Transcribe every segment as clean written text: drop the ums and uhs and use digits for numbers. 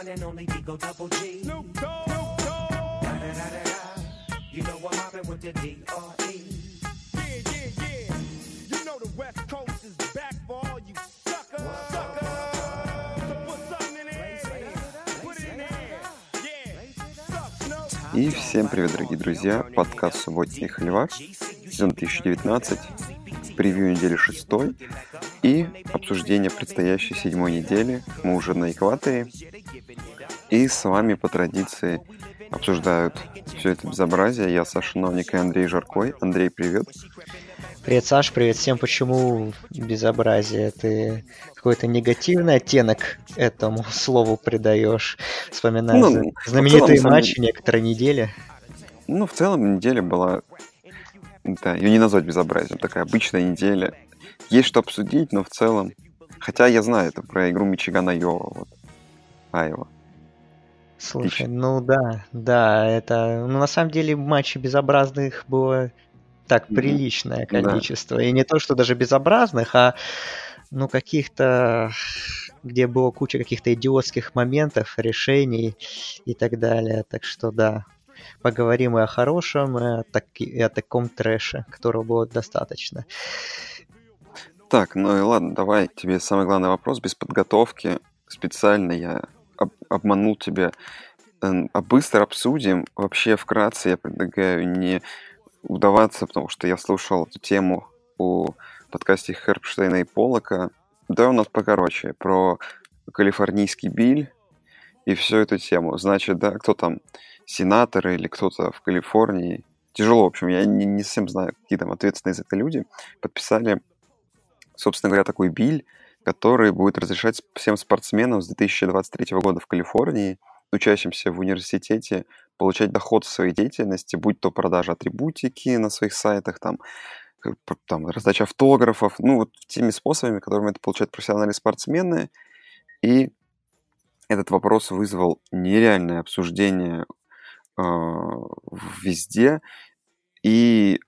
one and only Digo Double G. Snoop Dogg. Da da da da da. You know I'm mobbing with the D.R.E. Yeah. You know the West Coast is back for all you suckers. So put something in there. Put it in there. Yeah. Suck, Snoop. И всем привет, дорогие друзья, подкаст «Субботний холивар», сезон 2019, превью недели 6 и обсуждение предстоящей 7 недели. Мы уже на экваторе, и с вами по традиции обсуждают все это безобразие. Я Саша Новник и Андрей Жаркой. Андрей, привет. Привет, Саш, привет всем. Почему безобразие? Ты какой-то негативный оттенок этому слову придаешь, вспоминая знаменитые матчи некоторые недели? В целом неделя была, да, ее не назвать безобразием, такая обычная неделя. Есть что обсудить, но в целом... Хотя я знаю, это про игру Мичигана Йова, Айова. Слушай, да, это... на самом деле матчей безобразных было так приличное количество. Да. И не то, что даже безобразных, а каких-то... где было куча каких-то идиотских моментов, решений и так далее. Так что да, поговорим и о хорошем, и о таком трэше, которого было достаточно. Так, и ладно, давай тебе самый главный вопрос. Без подготовки специально я обманул тебя. Быстро обсудим. Вообще, вкратце я предлагаю не удаваться, потому что я слушал эту тему у подкасте Хербштейна и Поллока. Да, у нас покороче, про калифорнийский биль и всю эту тему. Значит, да, кто там, сенатор или кто-то в Калифорнии. Тяжело, в общем, я не совсем знаю, какие там ответственные за это люди. Подписали, собственно говоря, такой биль, который будет разрешать всем спортсменам с 2023 года в Калифорнии, учащимся в университете, получать доход в своей деятельности, будь то продажа атрибутики на своих сайтах, там раздача автографов, теми способами, которыми это получают профессиональные спортсмены. И этот вопрос вызвал нереальное обсуждение везде. И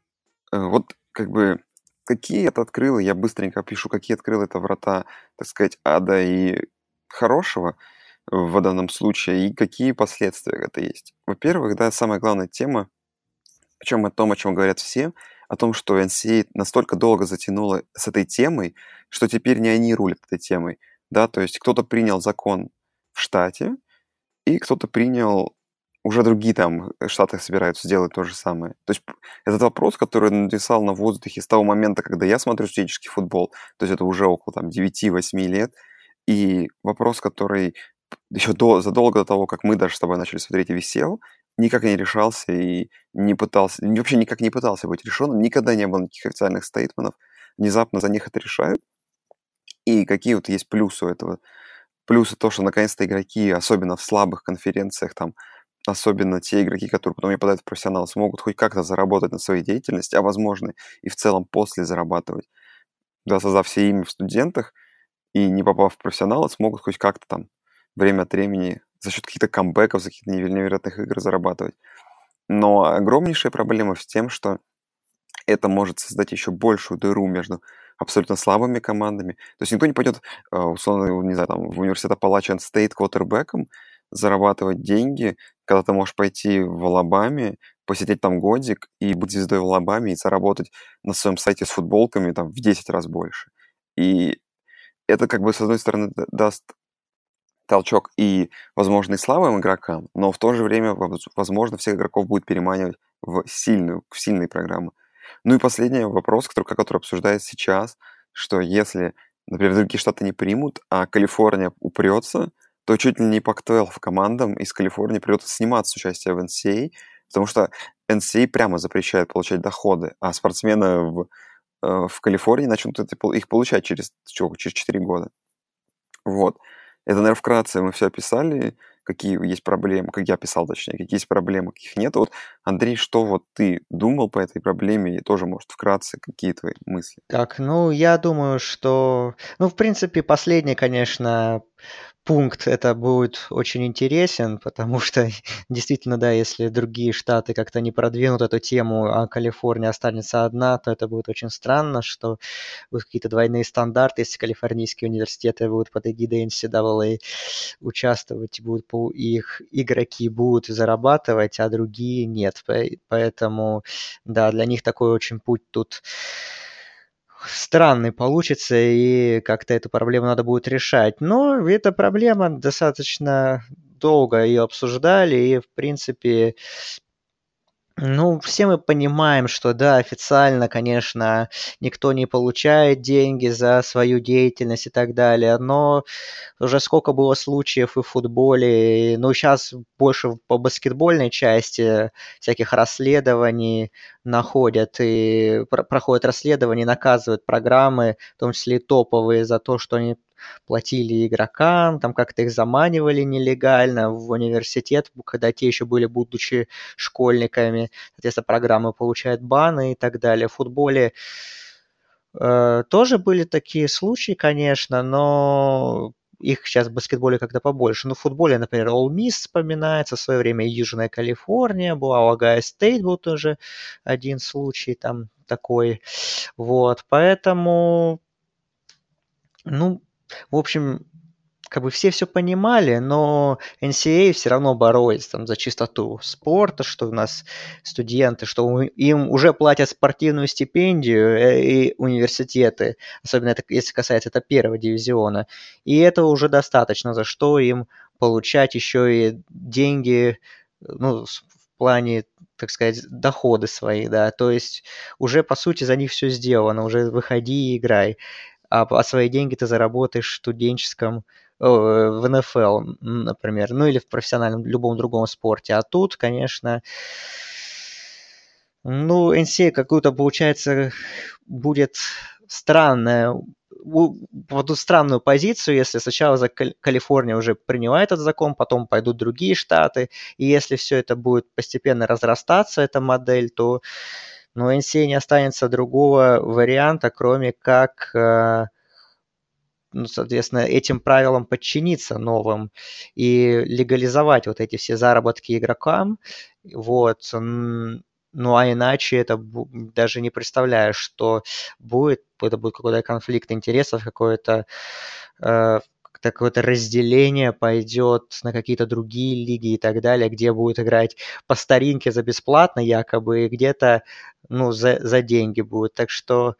какие это открыло, я быстренько пишу, какие открыло это врата, так сказать, ада и хорошего в данном случае, и какие последствия это есть. Во-первых, да, самая главная тема, о чем говорят все, о том, что NCAA настолько долго затянула с этой темой, что теперь не они рулят этой темой. Да, то есть кто-то принял закон в штате, и кто-то принял... Уже другие там штаты собираются сделать то же самое. То есть этот вопрос, который нависал на воздухе с того момента, когда я смотрю студенческий футбол, то есть это уже около 9-8 лет, и вопрос, который еще задолго до того, как мы даже с тобой начали смотреть, висел, никак не решался и вообще никак не пытался быть решенным, никогда не было никаких официальных стейтментов, внезапно за них это решают. И какие есть плюсы у этого? Плюсы то, что наконец-то игроки, особенно в слабых конференциях, там, особенно те игроки, которые потом не попадают в профессионал, смогут хоть как-то заработать на своей деятельности, а возможно и в целом после зарабатывать, да, создав себе имя в студентах и не попав в профессионалы, смогут хоть как-то там время от времени за счет каких-то камбэков, за каких-то невероятных игр зарабатывать. Но огромнейшая проблема в том, что это может создать еще большую дыру между абсолютно слабыми командами. То есть никто не пойдет, условно, не знаю, там, в университет Appalachian State квотербэком зарабатывать деньги, когда ты можешь пойти в Алабаме, посидеть там годик и быть звездой в Алабаме и заработать на своем сайте с футболками там в 10 раз больше. И это с одной стороны даст толчок и, возможно, и слабым игрокам, но в то же время, возможно, всех игроков будет переманивать в сильные программы. И последний вопрос, который обсуждается сейчас, что если, например, другие штаты не примут, а Калифорния упрется, то чуть ли не Pac-12 командам из Калифорнии придется сниматься с участия в NCAA, потому что NCAA прямо запрещает получать доходы, а спортсмены в Калифорнии начнут их получать через 4 года. Это, наверное, вкратце мы все описали, какие есть проблемы, как я писал, точнее, какие есть проблемы, каких нет. Андрей, что ты думал по этой проблеме, и тоже, может, вкратце, какие твои мысли? Так, я думаю, что... в принципе, последнее, конечно, пункт это будет очень интересен, потому что действительно, да, если другие штаты как-то не продвинут эту тему, а Калифорния останется одна, то это будет очень странно, что будут какие-то двойные стандарты, если калифорнийские университеты будут под эгидой NCAA участвовать, их игроки будут зарабатывать, а другие нет. Поэтому, да, для них такой очень путь тут странный получится, и как-то эту проблему надо будет решать. Но эта проблема достаточно долго ее обсуждали, и, в принципе, ну, все мы понимаем, что да, официально, конечно, никто не получает деньги за свою деятельность и так далее, но уже сколько было случаев и в футболе, ну, сейчас больше по баскетбольной части всяких расследований находят и проходят расследования, наказывают программы, в том числе и топовые, за то, что они платили игрокам, там как-то их заманивали нелегально в университет, когда те еще были, будучи школьниками. Соответственно, программы получают баны и так далее. В футболе тоже были такие случаи, конечно, но их сейчас в баскетболе как-то побольше. Ну, в футболе, например, Ole Miss вспоминается, в свое время Южная Калифорния была, Ohio State был тоже один случай там такой. Вот, поэтому, ну, в общем, как бы все понимали, но NCAA все равно боролись там за чистоту спорта, что у нас студенты, что им уже платят спортивную стипендию и университеты, особенно это, если касается это первого дивизиона, и этого уже достаточно, за что им получать еще и деньги, ну, в плане, так сказать, доходы свои, да, то есть уже, по сути, за них все сделано, уже выходи и играй, а свои деньги ты заработаешь в студенческом, в НФЛ, например, ну или в профессиональном, любом другом спорте. А тут, конечно, ну, NCAA какую-то, получается, будет странная, попадут в странную позицию, если сначала за Калифорния уже приняла этот закон, потом пойдут другие штаты, и если все это будет постепенно разрастаться, эта модель, то ну, NCAA не останется другого варианта, кроме как ну, соответственно, этим правилам подчиниться новым и легализовать вот эти все заработки игрокам. Вот. Ну, а иначе это даже не представляю, что будет. Это будет какой-то конфликт интересов, какое-то разделение пойдет на какие-то другие лиги и так далее, где будет играть по старинке за бесплатно якобы, и где-то ну, за деньги будет. Так что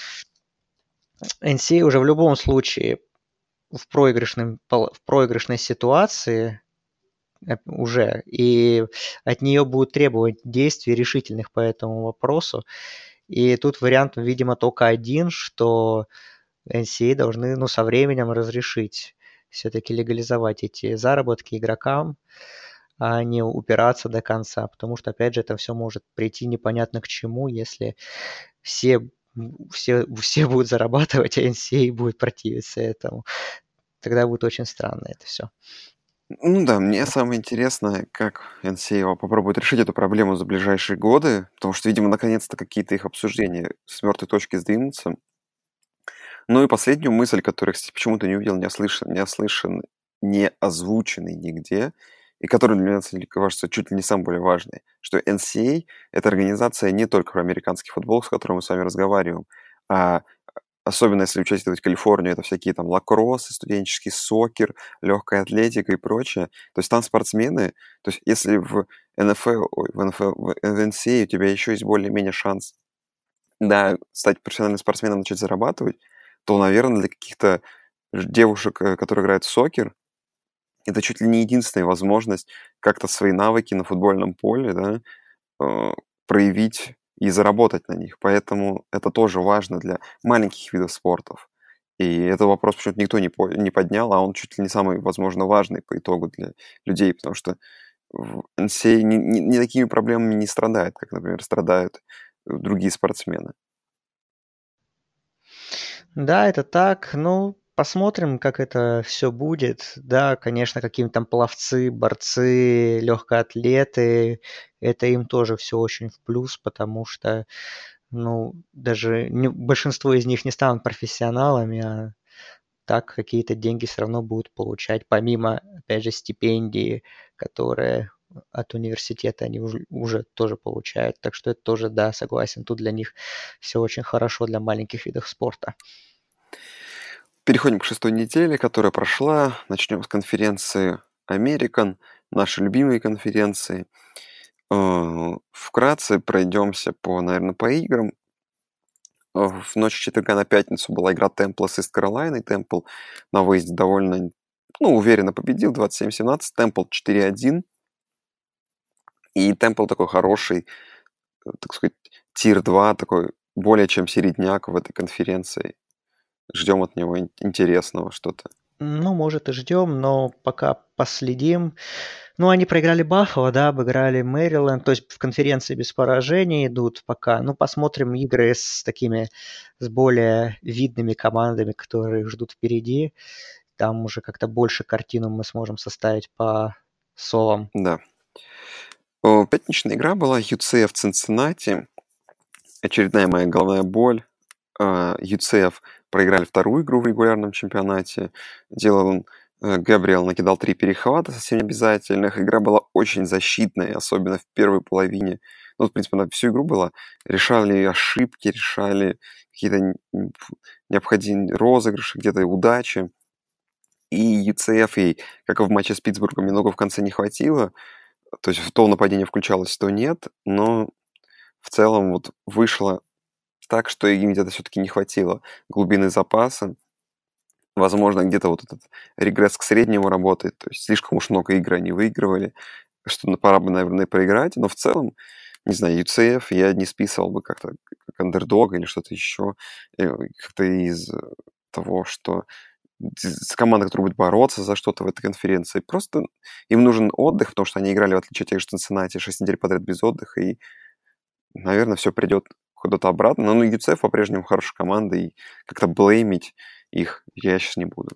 NCAA уже в любом случае в проигрышной ситуации уже, и от нее будут требовать действий решительных по этому вопросу. И тут вариант, видимо, только один, что NCAA должны ну, со временем разрешить все-таки легализовать эти заработки игрокам, а не упираться до конца, потому что, опять же, это все может прийти непонятно к чему, если все все будут зарабатывать, а NCAA будет противиться этому. Тогда будет очень странно это все. Ну да, мне самое интересное, как NCAA попробует решить эту проблему за ближайшие годы, потому что, видимо, наконец-то какие-то их обсуждения с мертвой точки сдвинутся. Ну и последнюю мысль, которую, кстати, почему-то не увидел, не озвученный нигде, и которая для меня, кажется, чуть ли не самой более важной, что NCAA — это организация не только про американский футбол, с которым мы с вами разговариваем, а особенно если учитывать Калифорнию, это всякие там лакроссы, студенческий сокер, легкая атлетика и прочее. То есть там спортсмены, то есть если в NCAA у тебя еще есть более-менее шанс, да, стать профессиональным спортсменом, начать зарабатывать, то, наверное, для каких-то девушек, которые играют в сокер, это чуть ли не единственная возможность как-то свои навыки на футбольном поле, да, проявить и заработать на них. Поэтому это тоже важно для маленьких видов спортов. И этот вопрос почему-то никто не поднял, а он чуть ли не самый, возможно, важный по итогу для людей, потому что NCAA не такими проблемами не страдает, как, например, страдают другие спортсмены. Да, это так. Ну, посмотрим, как это все будет. Да, конечно, какие-то там пловцы, борцы, легкоатлеты, это им тоже все очень в плюс, потому что, ну, даже большинство из них не станут профессионалами, а так какие-то деньги все равно будут получать, помимо, опять же, стипендии, которые от университета они уже тоже получают. Так что это тоже, да, согласен, тут для них все очень хорошо для маленьких видов спорта. Переходим к 6-й неделе, которая прошла. Начнем с конференции American, нашей любимой конференции. Вкратце пройдемся наверное, по играм. В ночь четверга на пятницу была игра Темпла с Ист Каролайной. Темпл на выезде довольно уверенно победил, 27-17. Темпл 4-1. И Темпл такой хороший, так сказать, тир-2, такой более чем середняк в этой конференции. Ждем от него интересного что-то. Ну, может, и ждем, но пока последим. Ну, они проиграли Баффало, да, обыграли Мэриленд, то есть в конференции без поражений идут пока. Ну, посмотрим игры с более видными командами, которые ждут впереди. Там уже как-то больше картину мы сможем составить по солам. Да. Пятничная игра была UCF Цинциннати. Очередная моя головная боль. UCF проиграли вторую игру в регулярном чемпионате. Габриэл накидал 3 перехвата совсем необязательных. Игра была очень защитная, особенно в первой половине. Ну, в принципе, на всю игру была. Решали ошибки, решали какие-то необходимые розыгрыши, где-то удачи. И UCF, ей, как и в матче с Питтсбургом, немного в конце не хватило. То есть то нападение включалось, то нет. Но в целом вот вышло так, что им где-то все-таки не хватило глубины запаса. Возможно, где-то вот этот регресс к среднему работает. То есть слишком уж много игр они выигрывали, что пора бы, наверное, проиграть. Но в целом, не знаю, UCF я не списывал бы как-то как андердога или что-то еще. Как-то из того, что команда, которая будет бороться за что-то в этой конференции. Просто им нужен отдых, потому что они играли, в отличие от тех же Цинциннати, 6 недель подряд без отдыха. И, наверное, все придет куда-то обратно. Но UCF по-прежнему хорошая команда, и как-то блеймить их я сейчас не буду.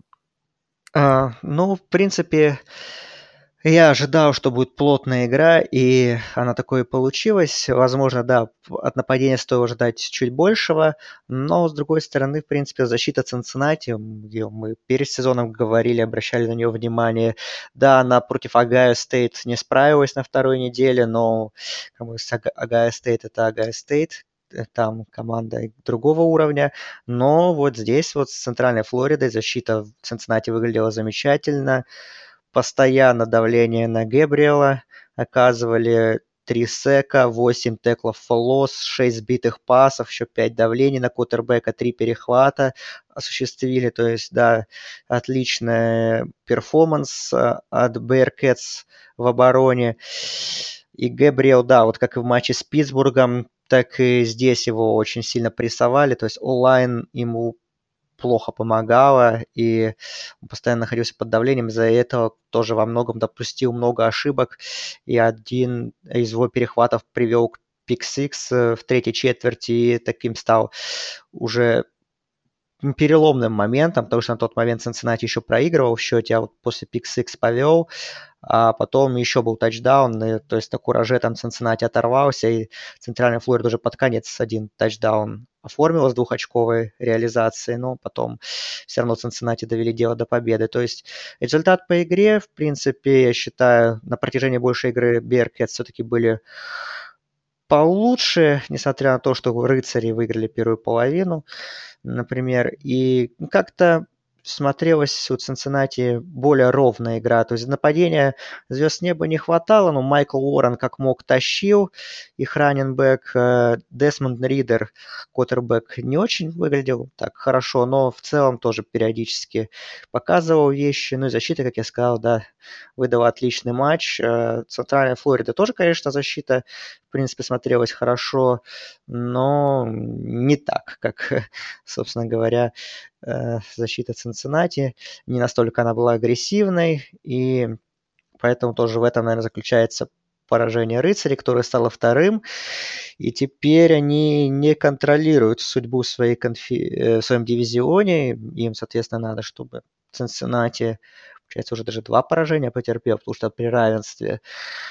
Ну, в принципе, я ожидал, что будет плотная игра, и она такой и получилась. Возможно, да, от нападения стоило ждать чуть большего, но, с другой стороны, в принципе, защита Цинциннати, мы перед сезоном говорили, обращали на нее внимание. Да, она против Огайо Стейт не справилась на второй неделе, но Огайо Стейт – это Огайо Стейт, там команда другого уровня, но вот здесь вот с Центральной Флоридой защита в Цинциннати выглядела замечательно. Постоянно давление на Гэбриэла оказывали 3 сека, 8 теклов for loss, 6 сбитых пасов, еще 5 давлений на квотербека, 3 перехвата осуществили. То есть, да, отличный перформанс от Bearcats в обороне. И Гэбриэл, да, вот как и в матче с Питтсбургом, так и здесь его очень сильно прессовали. То есть онлайн ему плохо помогала, и он постоянно находился под давлением, из-за этого тоже во многом допустил много ошибок, и один из его перехватов привел к пик-сикс в третьей четверти, и таким стал уже переломным моментом, потому что на тот момент Цинциннати еще проигрывал в счете, а вот после пик-сикс повел, а потом еще был тачдаун, и, то есть на кураже там Цинциннати оторвался, и Центральная Флорида уже под конец один тачдаун оформила с двухочковой реализацией, но потом все равно Цинциннати довели дело до победы. То есть результат по игре, в принципе, я считаю, на протяжении большей игры Bearcats все-таки были получше, несмотря на то, что рыцари выиграли первую половину, например, и как-то смотрелась у Цинциннати более ровная игра. То есть нападения звезд неба не хватало, но Майкл Уоррен как мог тащил, их раннинбэк Десмонд Ридер, квотербэк, не очень выглядел так хорошо, но в целом тоже периодически показывал вещи. Ну и защита, как я сказал, да, выдала отличный матч. Центральная Флорида тоже, конечно, защита, в принципе, смотрелась хорошо, но не так, как, собственно говоря, защита Цинциннати. Не настолько она была агрессивной, и поэтому тоже в этом, наверное, заключается поражение рыцарей, которое стало вторым, и теперь они не контролируют судьбу в своем дивизионе, им, соответственно, надо, чтобы Цинциннати, получается, уже даже 2 поражения потерпел, потому что при равенстве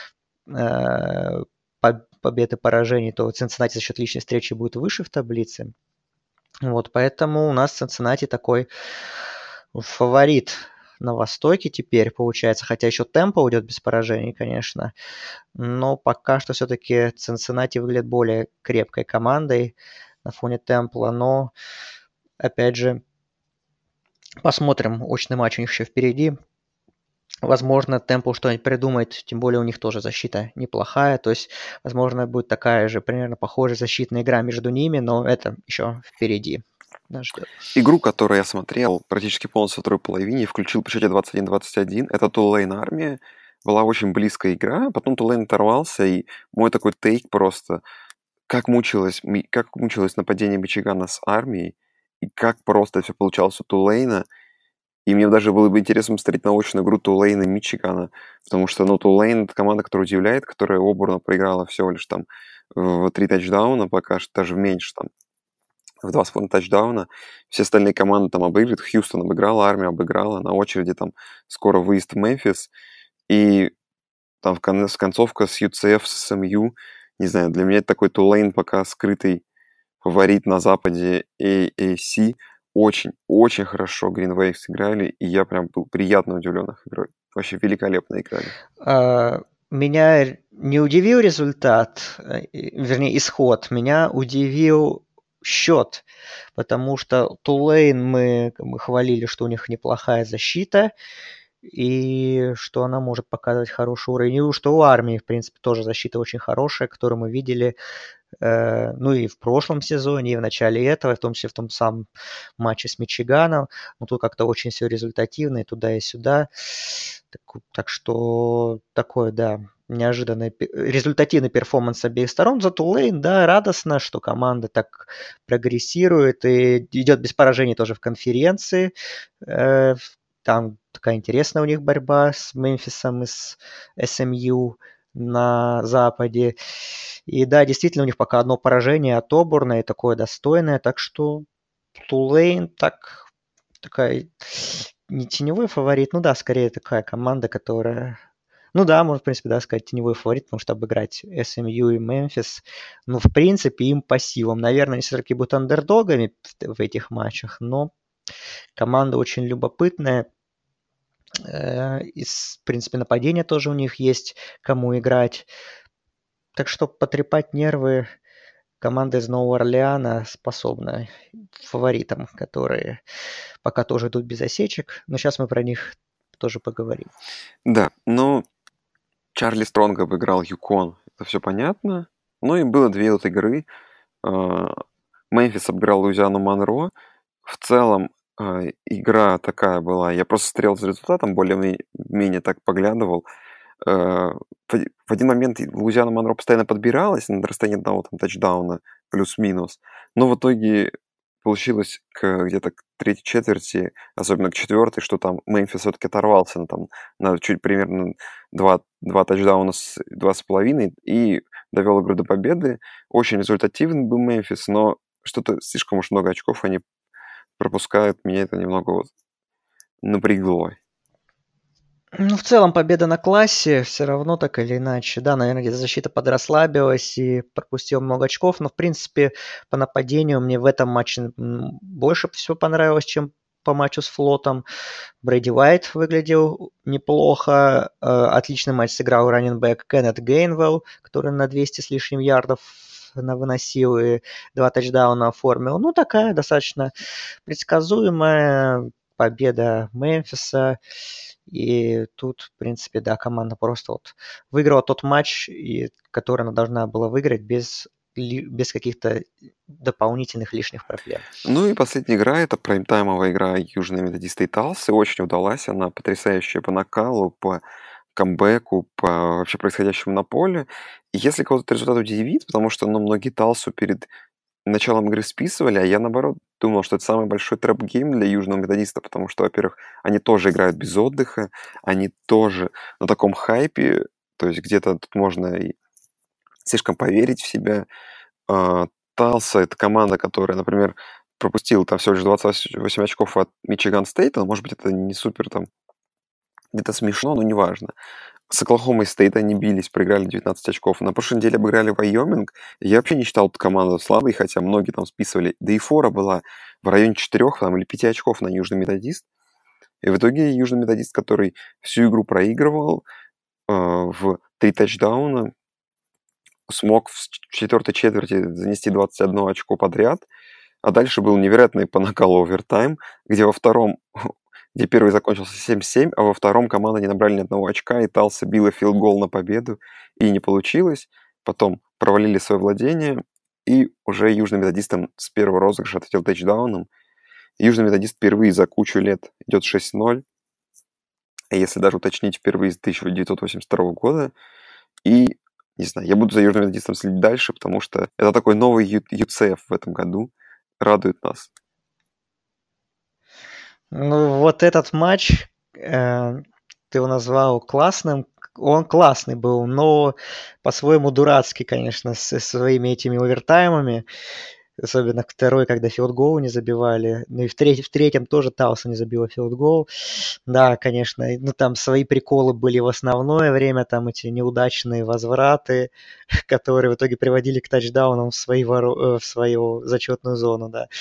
побед и поражений, то Цинциннати за счет личной встречи будет выше в таблице. Вот, поэтому у нас в Цинциннати такой фаворит на Востоке теперь получается, хотя еще темпо уйдет без поражений, конечно, но пока что все-таки Цинциннати выглядит более крепкой командой на фоне темпла, но, опять же, посмотрим, очный матч у них еще впереди. Возможно, Темпл что-нибудь придумает, тем более у них тоже защита неплохая, то есть, возможно, будет такая же, примерно похожая защитная игра между ними, но это еще впереди нас ждет. Игру, которую я смотрел практически полностью во второй половине, включил по счете 21-21, это Tulane Армия. Была очень близкая игра, потом Tulane оторвался, и мой такой тейк просто, как мучилось нападение Мичигана с армией, и как просто все получалось у Тулейна. И мне даже было бы интересно посмотреть на очную игру Тулейна и Мичигана, потому что, Тулейн — это команда, которая удивляет, которая Оберну проиграла всего лишь там в 3 тачдауна пока что, даже меньше там, в 2,5 тачдауна. Все остальные команды там обыгрывают. Хьюстон обыграла, армия обыграла. На очереди там скоро выезд в Мемфис. И там концовка с UCF, с SMU. Не знаю, для меня это такой Тулейн пока скрытый фаворит на западе AAC. Очень хорошо Green Wave сыграли, и я прям был приятно удивлен их игрой. Вообще великолепно играли. Меня не удивил результат, вернее, исход. Меня удивил счет, потому что Тулейн мы хвалили, что у них неплохая защита, и что она может показывать хороший уровень. И что у армии, в принципе, тоже защита очень хорошая, которую мы видели и в прошлом сезоне, и в начале этого, в том числе в том самом матче с Мичиганом. Но тут как-то очень все результативно, и туда, и сюда. Так что такой, да, неожиданный, результативный перформанс с обеих сторон. За Тулейн, да, радостно, что команда так прогрессирует и идет без поражений тоже в конференции. Там такая интересная у них борьба с Мемфисом и с SMU на Западе. И да, действительно, у них пока одно поражение от Оберна, и такое достойное. Так что Тулейн такая не теневой фаворит, ну да, скорее такая команда, которая... Ну да, можно, в принципе, да, сказать теневой фаворит, потому что обыграть SMU и Мемфис, ну, в принципе, им по силам. Наверное, они все-таки будут андердогами в этих матчах, но команда очень любопытная. И, в принципе, нападение тоже у них есть, кому играть. Так что потрепать нервы команда из Нового Орлеана способна фаворитам, которые пока тоже идут без осечек. Но сейчас мы про них тоже поговорим. Да, Чарли Стронг обыграл Юкон, это все понятно. И было 2 вот игры. Мемфис обыграл Луизиану Монро. В целом игра такая была. Я просто смотрел за результатом, более-менее так поглядывал. В один момент Луизиана Монро постоянно подбиралась на расстоянии одного тачдауна, плюс-минус. Но в итоге получилось где-то к третьей четверти, особенно к четвертой, что там Мемфис все-таки оторвался на чуть примерно 2 тачдауна с 2,5 и довел игру до победы. Очень результативный был Мемфис, но что-то слишком уж много очков они пропускают. Меня это немного напрягло. В целом победа на классе все равно так или иначе. Да, наверное, где-то защита подрасслабилась и пропустил много очков, но, в принципе, по нападению мне в этом матче больше всего понравилось, чем по матчу с Флотом. Брэди Уайт выглядел неплохо. Отличный матч сыграл раннинбэк Кеннет Гейнвелл, который на 200 с лишним ярдов выносил и 2 тачдауна оформил. Такая достаточно предсказуемая победа Мемфиса. И тут, в принципе, да, команда просто выиграла тот матч, который она должна была выиграть без каких-то дополнительных лишних проблем. И последняя игра — это праймтаймовая игра Южной Методисты и Талсы. Очень удалась она, потрясающая по накалу, по камбэку, по вообще происходящему на поле. И если кого-то результат удивит, потому что многие Талсу перед началом игры списывали, а я, наоборот, думал, что это самый большой трэп-гейм для Южного Методиста, потому что, во-первых, они тоже играют без отдыха, они тоже на таком хайпе, то есть где-то тут можно и слишком поверить в себя. Талса — это команда, которая, например, пропустила там всего лишь 28 очков от Мичиган Стейта, может быть, это не супер там где-то смешно, но неважно. С Оклахомой Стейт они бились, проиграли 19 очков. На прошлой неделе обыграли Вайоминг. Я вообще не считал эту команду слабой, хотя многие там списывали. Да и фора была в районе 4 или 5 очков на Южный Методист. И в итоге Южный Методист, который всю игру проигрывал в 3 тачдауна, смог в четвертой четверти занести 21 очко подряд, а дальше был невероятный по накалу овертайм, где где первый закончился 7-7, а во втором команда не набрали ни одного очка, и Талса била филд-гол на победу, и не получилось. Потом провалили свое владение, и уже Южным Методистом с первого розыгрыша ответил тачдауном. Южный Методист впервые за кучу лет идет 6-0, а если даже уточнить, впервые с 1982 года. И, не знаю, я буду за Южным Методистом следить дальше, потому что это такой новый ЮЦФ в этом году. Радует нас. Ну, вот этот матч, ты его назвал классным. Он классный был, но по-своему дурацкий, конечно, со своими этими овертаймами. Особенно второй, когда филд-гол не забивали. Ну и в третьем тоже Талса не забила филд-гол. Да, конечно, ну там свои приколы были в основное время, там эти неудачные возвраты, которые в итоге приводили к тачдаунам в свою зачетную зону, да.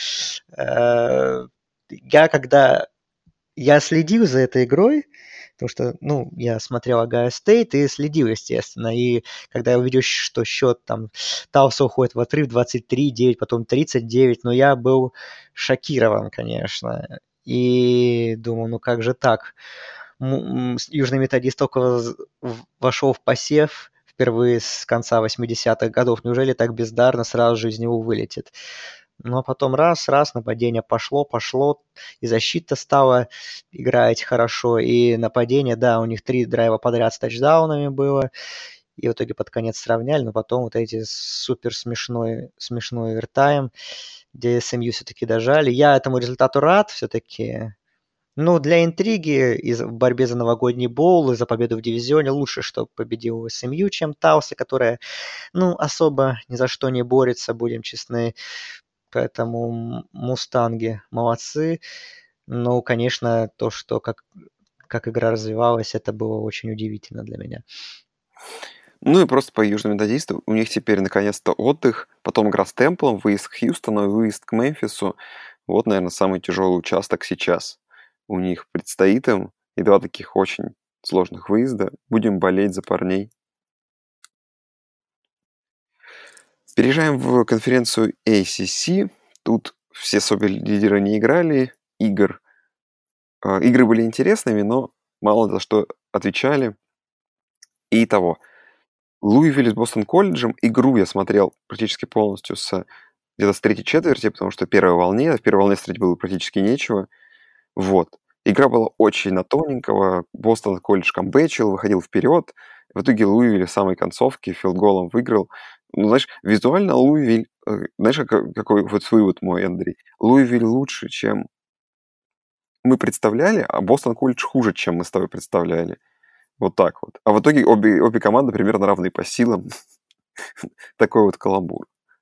Я следил за этой игрой, потому что, ну, я смотрел Огайо Стейт и следил, естественно. И когда я увидел, что счет там Талса уходит в отрыв 23-9, потом 39, но я был шокирован, конечно. И думал, ну как же так? Южный Методист только вошел в посев впервые с конца 80-х годов. Неужели так бездарно сразу же из него вылетит? Ну, а потом раз, нападение пошло, и защита стала играть хорошо, и нападение, да, у них 3 драйва подряд с тачдаунами было, и в итоге под конец сравняли, но потом вот эти супер смешной овертайм, где СМЮ все-таки дожали. Я этому результату рад все-таки. Ну, для интриги в борьбе за новогодний боул и за победу в дивизионе лучше, что победил СМЮ, чем Талса, которая, ну, особо ни за что не борется, будем честны. Поэтому мустанги молодцы. Ну, конечно, то, что как игра развивалась, это было очень удивительно для меня. Ну и просто по Южному Методисту. У них теперь наконец-то отдых, потом игра с Темплом, выезд к Хьюстону, выезд к Мемфису. Вот, наверное, самый тяжелый участок сейчас. У них предстоит им, и 2 таких очень сложных выезда. Будем болеть за парней. Переезжаем в конференцию ACC. Тут все супер-лидеры не играли. Игры были интересными, но мало за что отвечали. И того. Луивилл с Бостон колледжем. Игру я смотрел практически полностью где-то с третьей четверти, потому что в первой волне смотреть было практически нечего. Вот. Игра была очень на тоненького. Бостон колледж камбэчил, выходил вперед. В итоге Луивилл в самой концовке филд-голом выиграл. Ну, знаешь, визуально Луивилл... Знаешь, какой вот вывод мой, Андрей? Луивилл лучше, чем мы представляли, а Бостон колледж хуже, чем мы с тобой представляли. Вот так вот. А в итоге обе команды примерно равны по силам. Такой вот каламбур.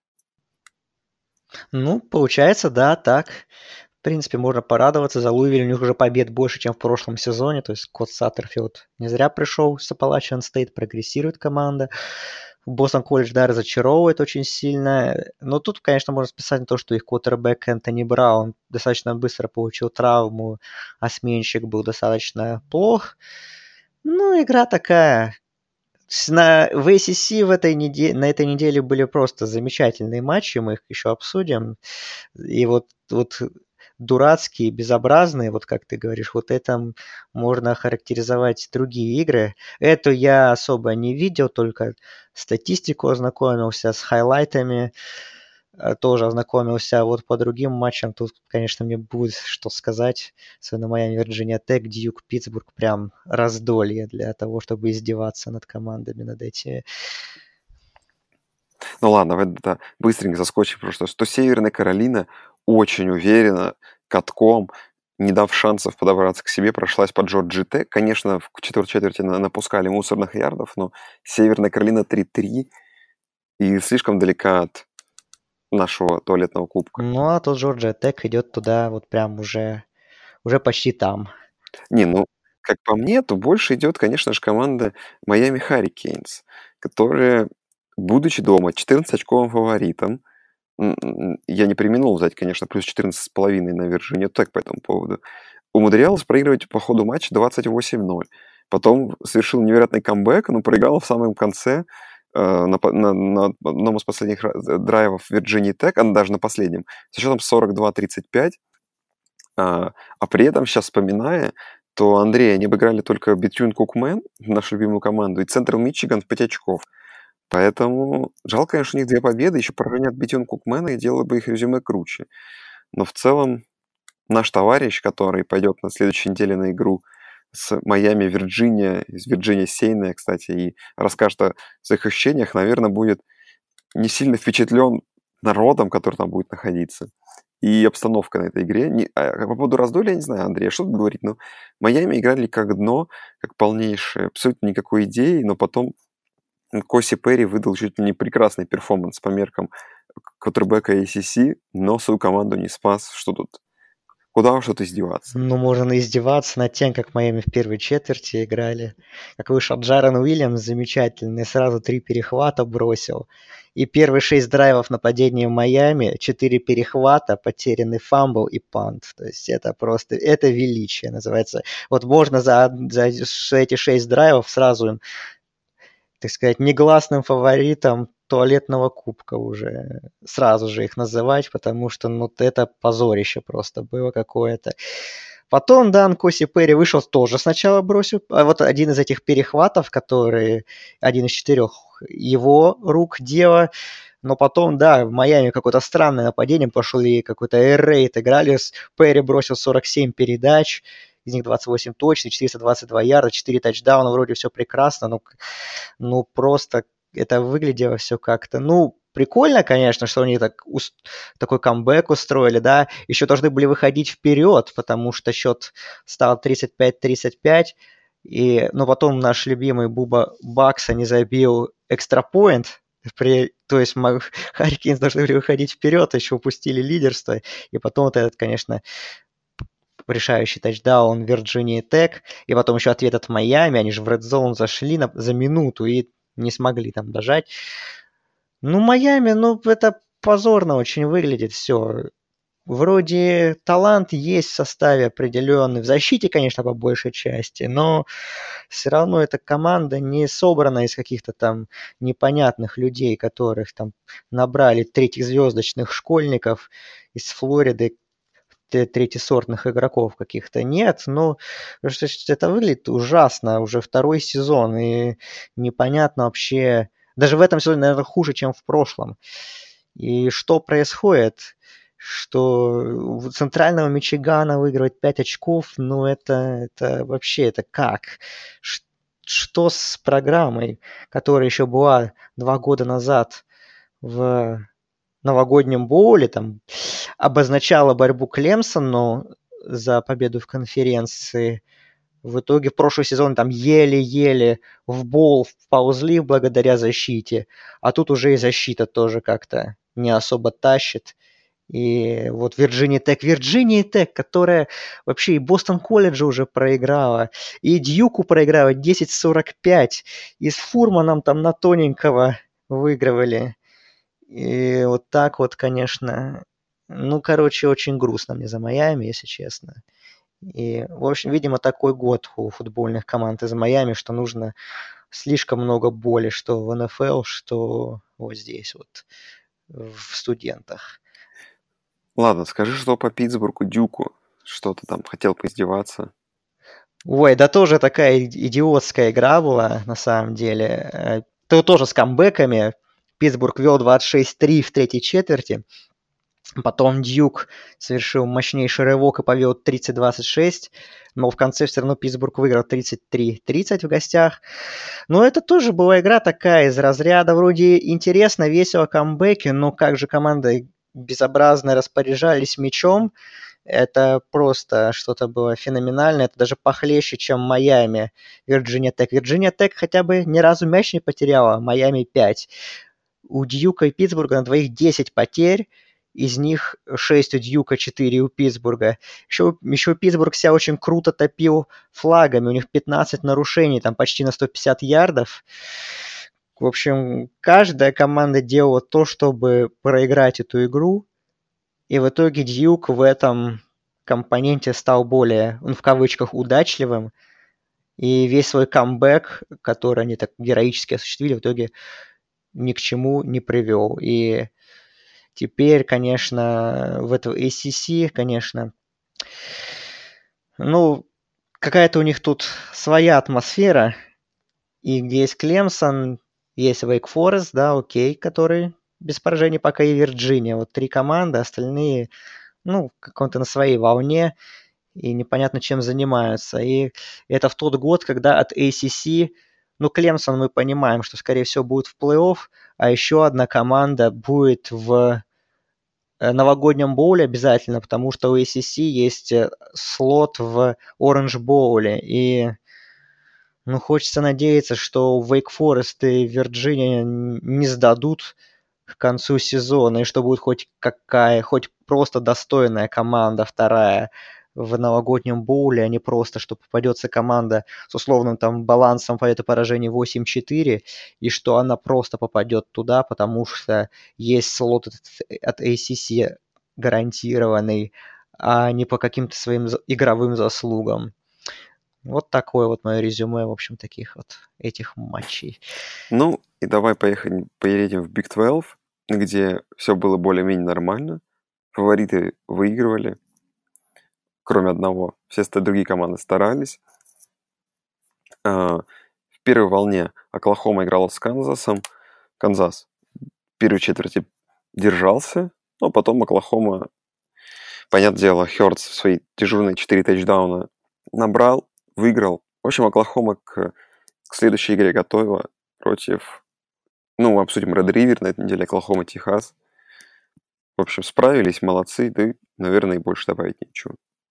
Ну, получается, да, так. В принципе, можно порадоваться за Луивилл. У них уже побед больше, чем в прошлом сезоне. То есть Кот Саттерфилд не зря пришел с Appalachian State, прогрессирует команда. Бостон колледж, да, разочаровывает очень сильно. Но тут, конечно, можно списать на то, что их квотербэк Энтони Браун достаточно быстро получил травму, а сменщик был достаточно плох. Ну, игра такая. В ACC на этой неделе были просто замечательные матчи, мы их еще обсудим. И вот дурацкие, безобразные, вот как ты говоришь, вот это можно охарактеризовать другие игры. Эту я особо не видел, только статистику ознакомился с хайлайтами, тоже ознакомился. Вот по другим матчам тут, конечно, мне будет что сказать. Особенно Майами, Вирджиния Тек, Дьюк, Питтсбург. Прям раздолье для того, чтобы издеваться над командами, над этими. Ну ладно, да, быстренько заскочим, потому что Северная Каролина очень уверенно, катком, не дав шансов подобраться к себе, прошлась по Джорджи Тек. Конечно, в четвертой четверти напускали мусорных ярдов, но Северная Каролина 3-3 и слишком далека от нашего туалетного кубка. Ну, а тот Джорджия Тек идет туда вот прям уже почти там. Не, ну, как по мне, то больше идет, конечно же, команда Майами Харрикейнс, которая, будучи дома 14-очковым фаворитом, я не преминул взять, конечно, плюс 14,5 на Вирджинию Тек по этому поводу, умудрялась проигрывать по ходу матча 28-0. Потом совершил невероятный камбэк, но проиграла в самом конце на одном из последних драйвов Virginia Tech, даже на последнем, со счетом 42-35. А при этом, сейчас вспоминая, то, Андрей, они обыграли только Бетюн-Кукмен, нашу любимую команду, и Централ Мичиган в 5 очков. Поэтому жалко, конечно, у них 2 победы, еще прогонят Бетюн-Кукмена и делало бы их резюме круче. Но в целом наш товарищ, который пойдет на следующей неделе на игру с Майами, Вирджиния, из Вирджиния Сейная, кстати, и расскажет о своих ощущениях, наверное, будет не сильно впечатлен народом, который там будет находиться, и обстановка на этой игре. По поводу раздолья, я не знаю, Андрей, что тут говорить, но Майами играли как дно, как полнейшее, абсолютно никакой идеи, но потом Коси Перри выдал чуть ли не прекрасный перформанс по меркам квотербека ACC, но свою команду не спас. Что тут? Куда уж тут издеваться? Ну, можно издеваться над тем, как Майами в первой четверти играли. Как вышел Джарен Уильямс замечательный, сразу 3 перехвата бросил. И первые 6 драйвов нападения Майами, 4 перехвата, потерянный фамбл и пант. То есть это просто, это величие называется. Вот можно за эти 6 драйвов сразу им, так сказать, негласным фаворитом туалетного кубка уже сразу же их называть, потому что, ну, это позорище просто было какое-то. Потом, да, Коси Перри вышел, тоже сначала бросил. А вот один из этих перехватов, который один из 4 его рук дело. Но потом, да, в Майами какое-то странное нападение пошли, какой-то эйр-рейд играли. Перри бросил 47 передач, из них 28 точных, 422 ярда, 4 тачдауна, вроде все прекрасно, ну просто это выглядело все как-то, ну, прикольно, конечно, что они такой камбэк устроили, да, еще должны были выходить вперед, потому что счет стал 35-35, но потом наш любимый Буба Бакса не забил экстрапоинт, то есть Харрикинс должны были выходить вперед, еще упустили лидерство, и потом вот этот, конечно, решающий тачдаун Virginia Tech, и потом еще ответ от Майами, они же в Red Zone зашли за минуту и не смогли там дожать. Ну, Майами, ну, это позорно очень выглядит все. Вроде талант есть в составе определенный, в защите, конечно, по большей части, но все равно эта команда не собрана из каких-то там непонятных людей, которых там набрали третьезвездочных школьников из Флориды, третьесортных игроков каких-то нет, но это выглядит ужасно, уже 2-й сезон, и непонятно вообще, даже в этом сезоне, наверное, хуже, чем в прошлом. И что происходит? Что у Центрального Мичигана выигрывать 5 очков, ну это вообще, это как? Что с программой, которая еще была 2 года назад в новогоднем боуле, там обозначала борьбу Клемсону за победу в конференции. В итоге в прошлый сезон там еле-еле в боул вползли благодаря защите, а тут уже и защита тоже как-то не особо тащит. И вот Virginia Tech, которая вообще и Бостон колледжа уже проиграла, и Дьюку проиграла 10-45, и с Фурманом там на тоненького выигрывали. И вот так вот, конечно, ну, короче, очень грустно мне за Майами, если честно. И, в общем, видимо, такой год у футбольных команд из Майами, что нужно слишком много боли, что в НФЛ, что вот здесь вот в студентах. Ладно, скажи, что по Питтсбургу Дюку. Что ты там хотел поиздеваться? Ой, да тоже такая идиотская игра была, на самом деле. Тоже с камбэками. Питтсбург вел 26-3 в 3-й четверти. Потом Дьюк совершил мощнейший рывок и повел 30-26, но в конце все равно Питтсбург выиграл 33-30 в гостях. Но это тоже была игра такая из разряда вроде интересно, весело, камбэки, но как же команды безобразно распоряжались мячом. Это просто что-то было феноменальное. Это даже похлеще, чем Майами, Virginia Tech. Virginia Tech хотя бы ни разу мяч не потеряла, Майами 5. У Дьюка и Питтсбурга на двоих 10 потерь. Из них 6 у Дьюка, 4 у Питтсбурга. Еще Питтсбург себя очень круто топил флагами. У них 15 нарушений, там почти на 150 ярдов. В общем, каждая команда делала то, чтобы проиграть эту игру. И в итоге Дьюк в этом компоненте стал более, в кавычках, удачливым, и весь свой камбэк, который они так героически осуществили, в итоге ни к чему не привел. И теперь, конечно, в этом ACC, конечно, какая-то у них тут своя атмосфера, и где есть Клемсон, есть Wake Forest, да, окей, который без поражений пока, и Вирджиния. Вот 3 команды, остальные, каком-то на своей волне, и непонятно, чем занимаются. И это в тот год, когда от ACC, Клемсон мы понимаем, что, скорее всего, будет в плей-офф, а еще одна команда будет в новогоднем боуле обязательно, потому что у ACC есть слот в Orange Bowl, и хочется надеяться, что Wake Forest и Вирджиния не сдадут к концу сезона, и что будет хоть просто достойная команда вторая в новогоднем боуле, а не просто, что попадется команда с условным там балансом побед и поражений 8-4, и что она просто попадет туда, потому что есть слот от ACC гарантированный, а не по каким-то своим игровым заслугам. Вот такое вот мое резюме, в общем, таких вот этих матчей. И давай поедем в Big 12, где все было более-менее нормально. Фавориты выигрывали, кроме одного. Все другие команды старались. В первой волне Оклахома играла с Канзасом. Канзас в первой четверти держался, но потом Оклахома, понятное дело, Хёртс свои дежурные 4 тачдауна набрал, выиграл. В общем, Оклахома к следующей игре готова против... обсудим Ред Ривер на этой неделе, Оклахома, Техас. В общем, справились, молодцы, да, наверное, и больше добавить ничего.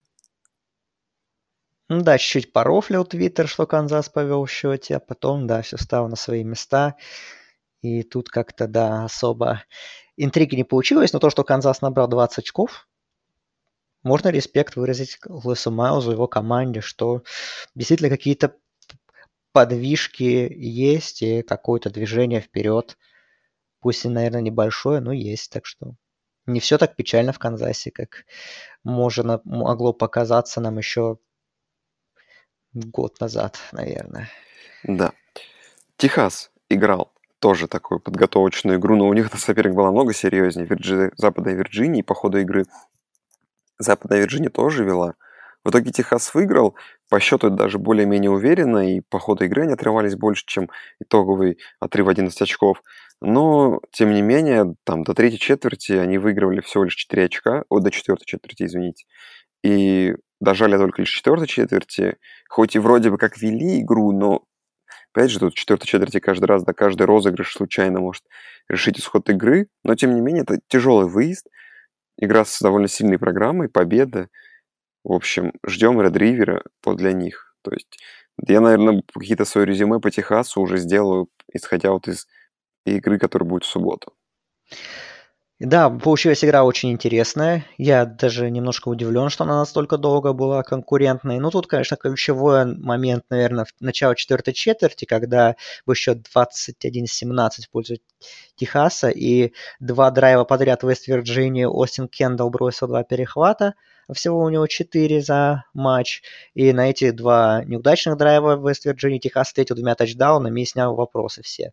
Да, чуть-чуть порофлил Твиттер, что Канзас повел в счете, а потом, да, все стало на свои места. И тут как-то, да, особо интриги не получилось, но то, что Канзас набрал 20 очков, можно респект выразить Луису Майлзу, его команде, что действительно какие-то подвижки есть и какое-то движение вперед. Пусть и, наверное, небольшое, но есть. Так что не все так печально в Канзасе, как могло показаться нам еще год назад, наверное. Да. Техас играл тоже такую подготовочную игру, но у них соперник была много серьезнее. Западная Вирджиния, и по ходу игры Западная Вирджиния тоже вела. В итоге Техас выиграл, по счету даже более-менее уверенно, и по ходу игры они отрывались больше, чем итоговый отрыв 11 очков. Но, тем не менее, там до третьей четверти они выигрывали всего лишь 4 очка, до четвертой четверти, извините. И дожали только лишь четвертой четверти, хоть и вроде бы как вели игру, но, опять же, тут в четвертой четверти каждый раз, каждый розыгрыш случайно может решить исход игры, но, тем не менее, это тяжелый выезд, игра с довольно сильной программой, победа. В общем, ждем Ред Ривера для них. То есть я, наверное, какие-то свои резюме по Техасу уже сделаю, исходя вот из игры, которая будет в субботу. Да, получилась игра очень интересная. Я даже немножко удивлен, что она настолько долго была конкурентной. Ну, тут, конечно, ключевой момент, наверное, в начало четвертой четверти, когда был счет 21-17 в пользу Техаса, и 2 драйва подряд Вест-Вирджинии Остин Кендалл бросил 2 перехвата, всего у него 4 за матч, и на эти 2 неудачных драйва Вест-Вирджинии Техас встретил 2 тачдаунами и снял вопросы все.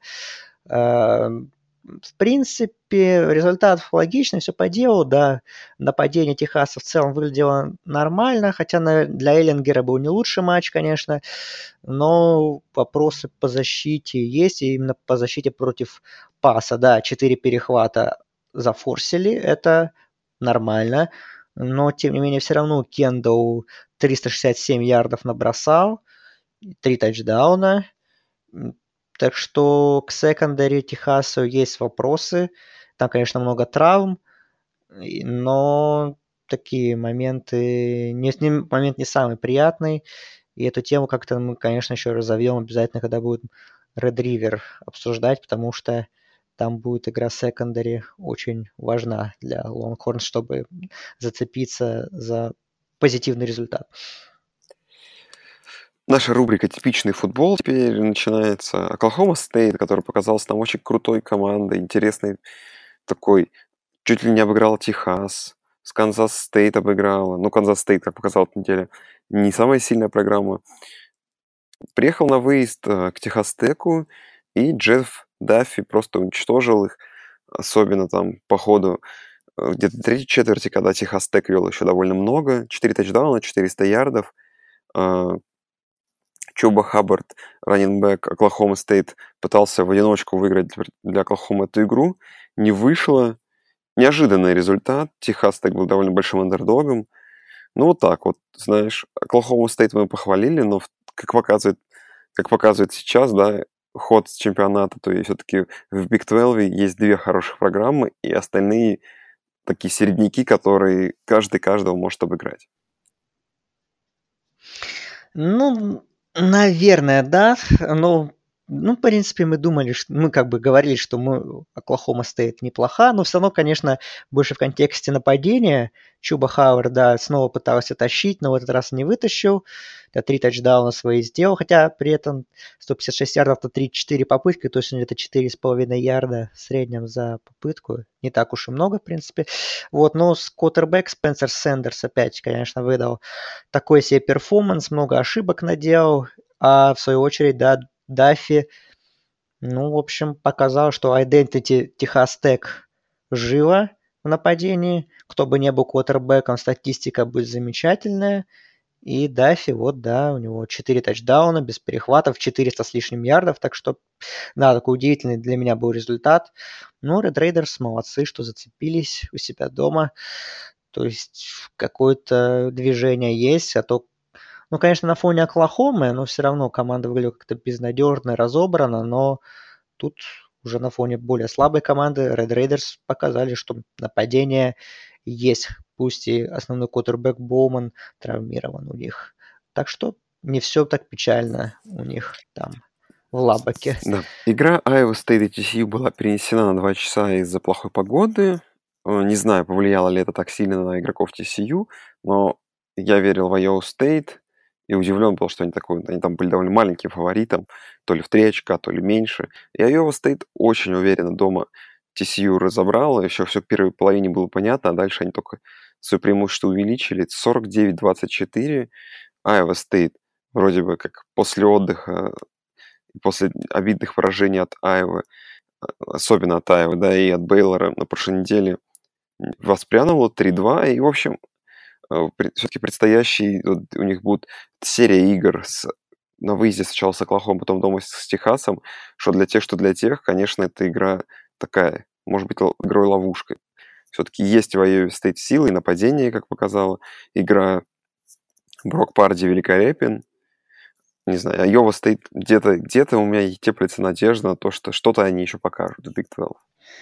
В принципе, результат логичный, все по делу, да. Нападение Техаса в целом выглядело нормально, хотя для Эллингера был не лучший матч, конечно, но вопросы по защите есть, и именно по защите против паса, да, 4 перехвата зафорсили, это нормально, но, тем не менее, все равно Кендалл 367 ярдов набросал, 3 тачдауна. Так что к секондари Техасу есть вопросы. Там, конечно, много травм, но такие моменты... Момент не самый приятный. И эту тему как-то мы, конечно, еще разовьем обязательно, когда будет Red River обсуждать, потому что там будет игра секондари очень важна для Longhorns, чтобы зацепиться за позитивный результат. Наша рубрика «Типичный футбол» теперь начинается. Оклахома Стейт, который показался нам очень крутой командой, интересной такой, чуть ли не обыграл Техас. с Канзас Стейт обыграла. Ну, Канзас Стейт, как показала эта неделя, не самая сильная программа. Приехал на выезд к Техас Теку, и Джефф Даффи просто уничтожил их, особенно там по ходу где-то третьей четверти, когда Техас Тек вел еще довольно много. 4 тачдауна, 400 ярдов. Чуба Хаббард, раннинбэк Оклахома Стейт, пытался в одиночку выиграть для Оклахомы эту игру. Не вышло. Неожиданный результат. Техас Тек был довольно большим андердогом. Ну, вот так вот, знаешь. Оклахома Стейт мы похвалили, но, как показывает сейчас, да, ход чемпионата, то есть все-таки в Big 12 есть 2 хороших программы, и остальные такие середняки, которые каждый каждого может обыграть. Ну, наверное, да. Но, в принципе, мы думали, что мы как бы говорили, что Оклахома Стейт неплоха, но все равно, конечно, больше в контексте нападения. Чуба Хауард, да, снова пытался тащить, но в этот раз не вытащил. 3 тачдауна свои сделал, хотя при этом 156 ярдов, то 34 попытки, то есть это 4,5 ярда в среднем за попытку. Не так уж и много, в принципе. Вот, но квотербэк Спенсер Сэндерс опять, конечно, выдал такой себе перформанс, много ошибок наделал, а в свою очередь, да, Даффи, в общем, показал, что identity Техас Тек жива в нападении. Кто бы не был квотербэком, статистика будет замечательная. И Даффи, вот, да, у него 4 тачдауна без перехватов, 400 с лишним ярдов, так что, да, такой удивительный для меня был результат. Ну, Red Raiders молодцы, что зацепились у себя дома. То есть какое-то движение есть, а то, конечно, на фоне Оклахомы, но все равно команда выглядела как-то безнадежно, разобрана, но тут уже на фоне более слабой команды Red Raiders показали, что нападение есть, пусть и основной квотербэк Боуман травмирован у них. Так что не все так печально у них там в Лабаке. Да. Игра Iowa State и TCU была перенесена на 2 часа из-за плохой погоды. Не знаю, повлияло ли это так сильно на игроков TCU, но я верил в Iowa State и удивлен был, что они там были довольно маленьким фаворитом, то ли в 3 очка, то ли меньше. И Iowa State очень уверенно дома TCU разобрала, еще все в первой половине было понятно, а дальше они только свое преимущество увеличили. 49-24. Iowa State вроде бы как после отдыха, после обидных поражений от Айовы, особенно от Айовы, да, и от Бейлора на прошлой неделе, воспрянуло 3-2, и, в общем, все-таки предстоящий, у них будет серия игр на выезде сначала с Оклахомой, потом дома с Техасом, что для тех, конечно, эта игра такая, может быть, игрой-ловушкой. Все-таки есть в Айове Стейт силы и нападение, как показала игра. Брок Парди великолепен. Не знаю, Айова Стейт где-то у меня теплится надежда на то, что что-то они еще покажут в Big 12.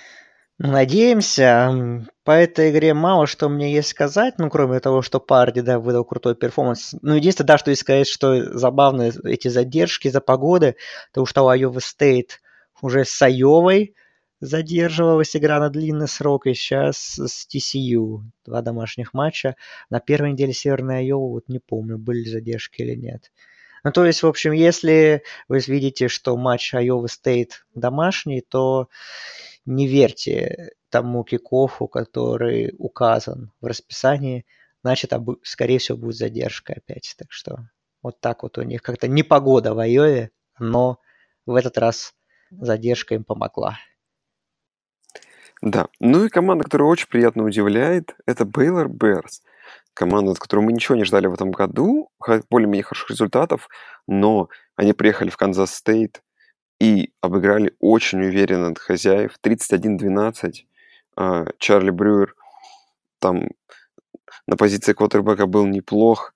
Надеемся. По этой игре мало что мне есть сказать, кроме того, что Парди, да, выдал крутой перформанс. Единственное, да, что есть сказать, что забавно эти задержки из-за погоды, потому что у Айова Стейт уже с Айовой задерживалась игра на длинный срок, и сейчас с TCU 2 домашних матча. На первой неделе Северной Айовы, вот не помню, были задержки или нет. То есть, в общем, если вы видите, что матч Айова Стейт домашний, то не верьте тому кикоффу, который указан в расписании, значит, скорее всего, будет задержка опять. Так что вот так вот у них как-то непогода в Айове, но в этот раз задержка им помогла. Да, и команда, которая очень приятно удивляет, это Baylor Bears. Команда, от которой мы ничего не ждали в этом году, более-менее хороших результатов, но они приехали в Канзас Стейт и обыграли очень уверенно хозяев. 31-12. Чарли Брюер там на позиции квотербека был неплох.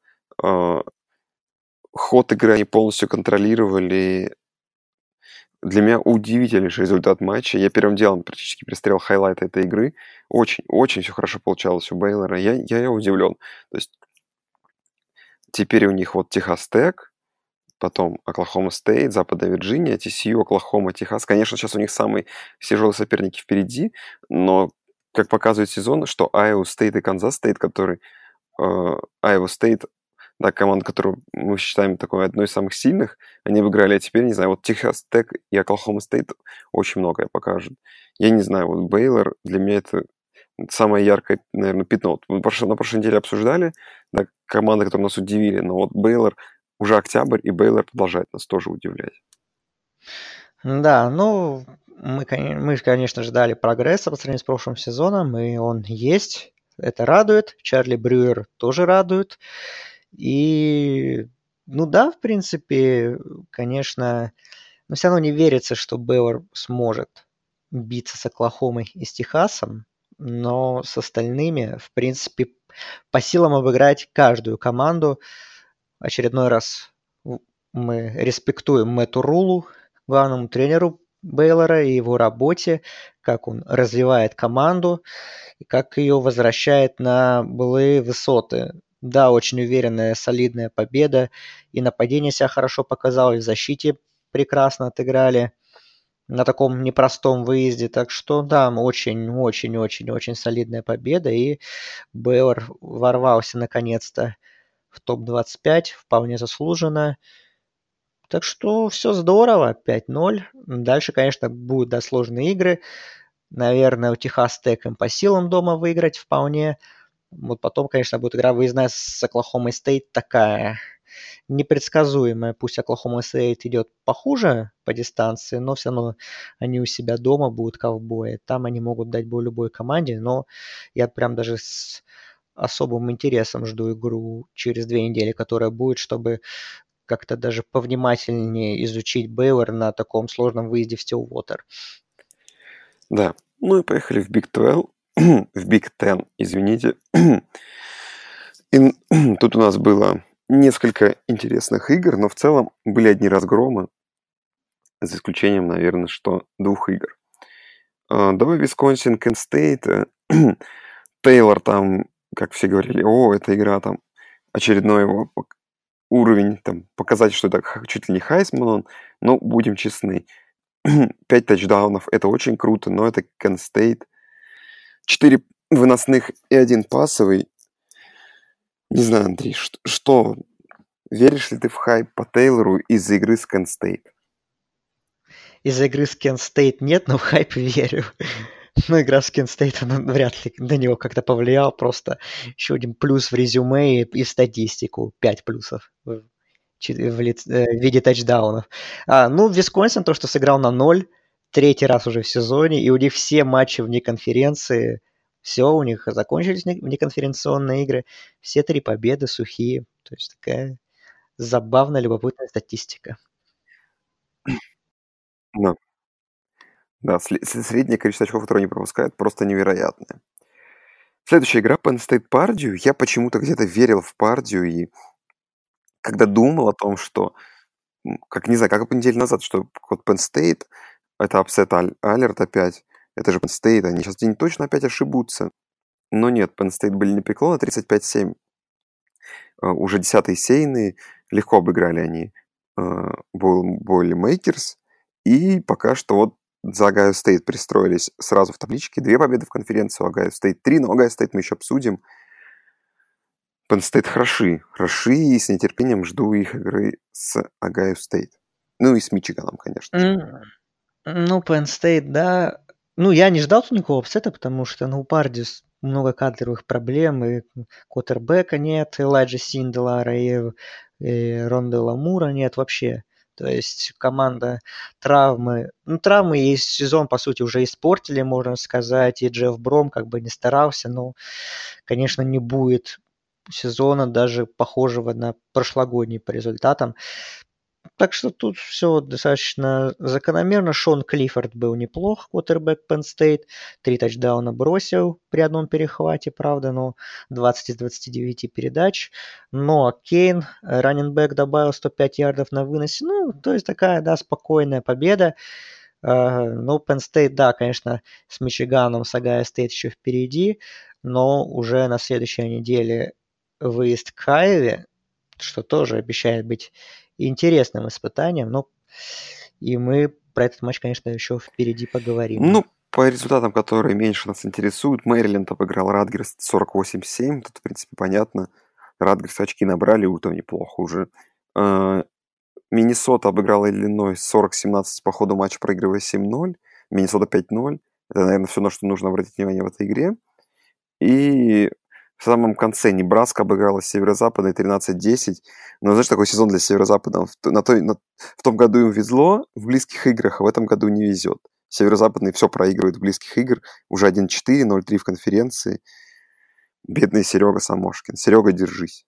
Ход игры они полностью контролировали. Для меня удивительнейший результат матча. Я первым делом практически пристрел хайлайты этой игры. Очень все хорошо получалось у Бейлора. Я удивлен. То есть теперь у них вот Техас Тек, потом Оклахома Стейт, Западная Вирджиния, TCU, Оклахома, Техас. Конечно, сейчас у них самые тяжелые соперники впереди, но, как показывает сезон, что Айова Стейт и Канзас Стейт, который Айова Стейт, да, команда, которую мы считаем такой одной из самых сильных, они выиграли, а теперь, не знаю, вот Техас Тек и Оклахома Стейт очень многое покажут. Я не знаю, вот Бейлор, для меня это самое яркое, наверное, пятно. Мы на прошлой неделе обсуждали, да, команды, которые нас удивили, но вот Бейлор, уже октябрь, и Бейлор продолжает нас тоже удивлять. Да, ну, мы, конечно, ждали прогресса по сравнению с прошлым сезоном, и он есть. Это радует. Чарли Брюер тоже радует. И, ну да, в принципе, конечно, но все равно не верится, что Бейлор сможет биться с Оклахомой и с Техасом, но с остальными, в принципе, по силам обыграть каждую команду. Очередной раз мы респектуем Мэтту Рулу, главному тренеру Бейлора и его работе, как он развивает команду и как ее возвращает на былые высоты. Да, очень уверенная, солидная победа. И нападение себя хорошо показало, и в защите прекрасно отыграли на таком непростом выезде. Так что, да, очень-очень-очень-очень солидная победа. И Бейлор ворвался наконец-то в топ-25, вполне заслуженно. Так что все здорово, 5-0. Дальше, конечно, будут да, сложные игры. Наверное, у Техас Тек им по силам дома выиграть вполне. Вот потом, конечно, будет игра выездная с Оклахомой Стейт такая непредсказуемая. Пусть Оклахома Стейт идет похуже по дистанции, но все равно они у себя дома будут ковбои. Там они могут дать бой любой команде, но я прям даже с особым интересом жду игру через 2 недели, которая будет, чтобы как-то даже повнимательнее изучить Бейлор на таком сложном выезде в Стиллвотер. Да, ну и поехали в Big 12, в Big Ten, извините. И тут у нас было несколько интересных игр, но в целом были одни разгромы, за исключением, наверное, что 2 игр. Давай Висконсин, Кент Стейт. Тейлор там, как все говорили, эта игра там очередной его уровень, там, показать, что это чуть ли не Хайсман он, но будем честны. 5 тачдаунов, это очень круто, но это Кент Стейт. 4 выносных и 1 пасовый. Не знаю, Андрей, что? Веришь ли ты в хайп по Тейлору из-за игры с Кент Стейт? Из-за игры с Кент Стейт нет, но в хайп верю. Но игра с Кент Стейт, она вряд ли на него как-то повлияла. Просто еще один плюс в резюме и статистику. 5 плюсов в виде тачдаунов. Ну, Висконсин, то, что сыграл на 0, 3-й раз уже в сезоне, и у них все матчи вне конференции, все, у них закончились внеконференционные игры, все 3 победы сухие. То есть такая забавная, любопытная статистика. Да. Да, среднее количество очков, которые они пропускают, просто невероятное. Следующая игра Penn State Purdue. Я почему-то где-то верил в Purdue, и когда думал о том, что, как не знаю, как неделю назад, что вот Penn State это апсет алерт опять, это же Penn State, они сейчас не точно опять ошибутся. Но нет, Penn State были непреклонны, 35-7. Уже 10-й сейные, легко обыграли они Boilermakers, и пока что вот за Огайо Стейт пристроились сразу в табличке. 2 победы в конференцию, Огайо Стейт 3, но Огайо Стейт мы еще обсудим. Penn State хороши, и с нетерпением жду их игры с Огайо Стейт. Ну и с Мичиганом, конечно. Ну, Penn State, да. Ну, я не ждал тут никакого апсета, потому что, у Парди много кадровых проблем, и квотербека нет, Элайджа Синделара, и Рондела Мура нет вообще. То есть команда травмы. Ну, травмы и сезон, по сути, уже испортили, можно сказать, и Джефф Бром как бы не старался, но, конечно, не будет сезона даже похожего на прошлогодний по результатам. Так что тут все достаточно закономерно. Шон Клиффорд был неплох, квотербек Penn State. 3 тачдауна бросил при одном перехвате, правда, но 20 из 29 передач. Но Кейн, раннинбэк, добавил 105 ярдов на выносе. Ну, то есть такая, да, спокойная победа. Ну, Penn State, да, конечно, с Мичиганом, с Огайо Стейт еще впереди, но уже на следующей неделе выезд к Айове, что тоже обещает быть интересным испытанием. Ну, и мы про этот матч, конечно, еще впереди поговорим. Ну, по результатам, которые меньше нас интересуют, Мэриленд обыграл Радгерс 48-7. Тут, в принципе, понятно. Радгерс очки набрали, то неплохо уже. Миннесота обыграла Иллинойс 40-17 по ходу матча, проигрывая 7-0. Миннесота 5-0. Это, наверное, все, на что нужно обратить внимание в этой игре. И в самом конце Небраска обыграла Северо-Западной 13-10. Но знаешь, такой сезон для Северо-Запада. В том году им везло в близких играх, а в этом году не везет. Северо-Западный все проигрывает в близких играх. Уже 1-4, 0-3 в конференции. Бедный Серега Самошкин. Серега, держись.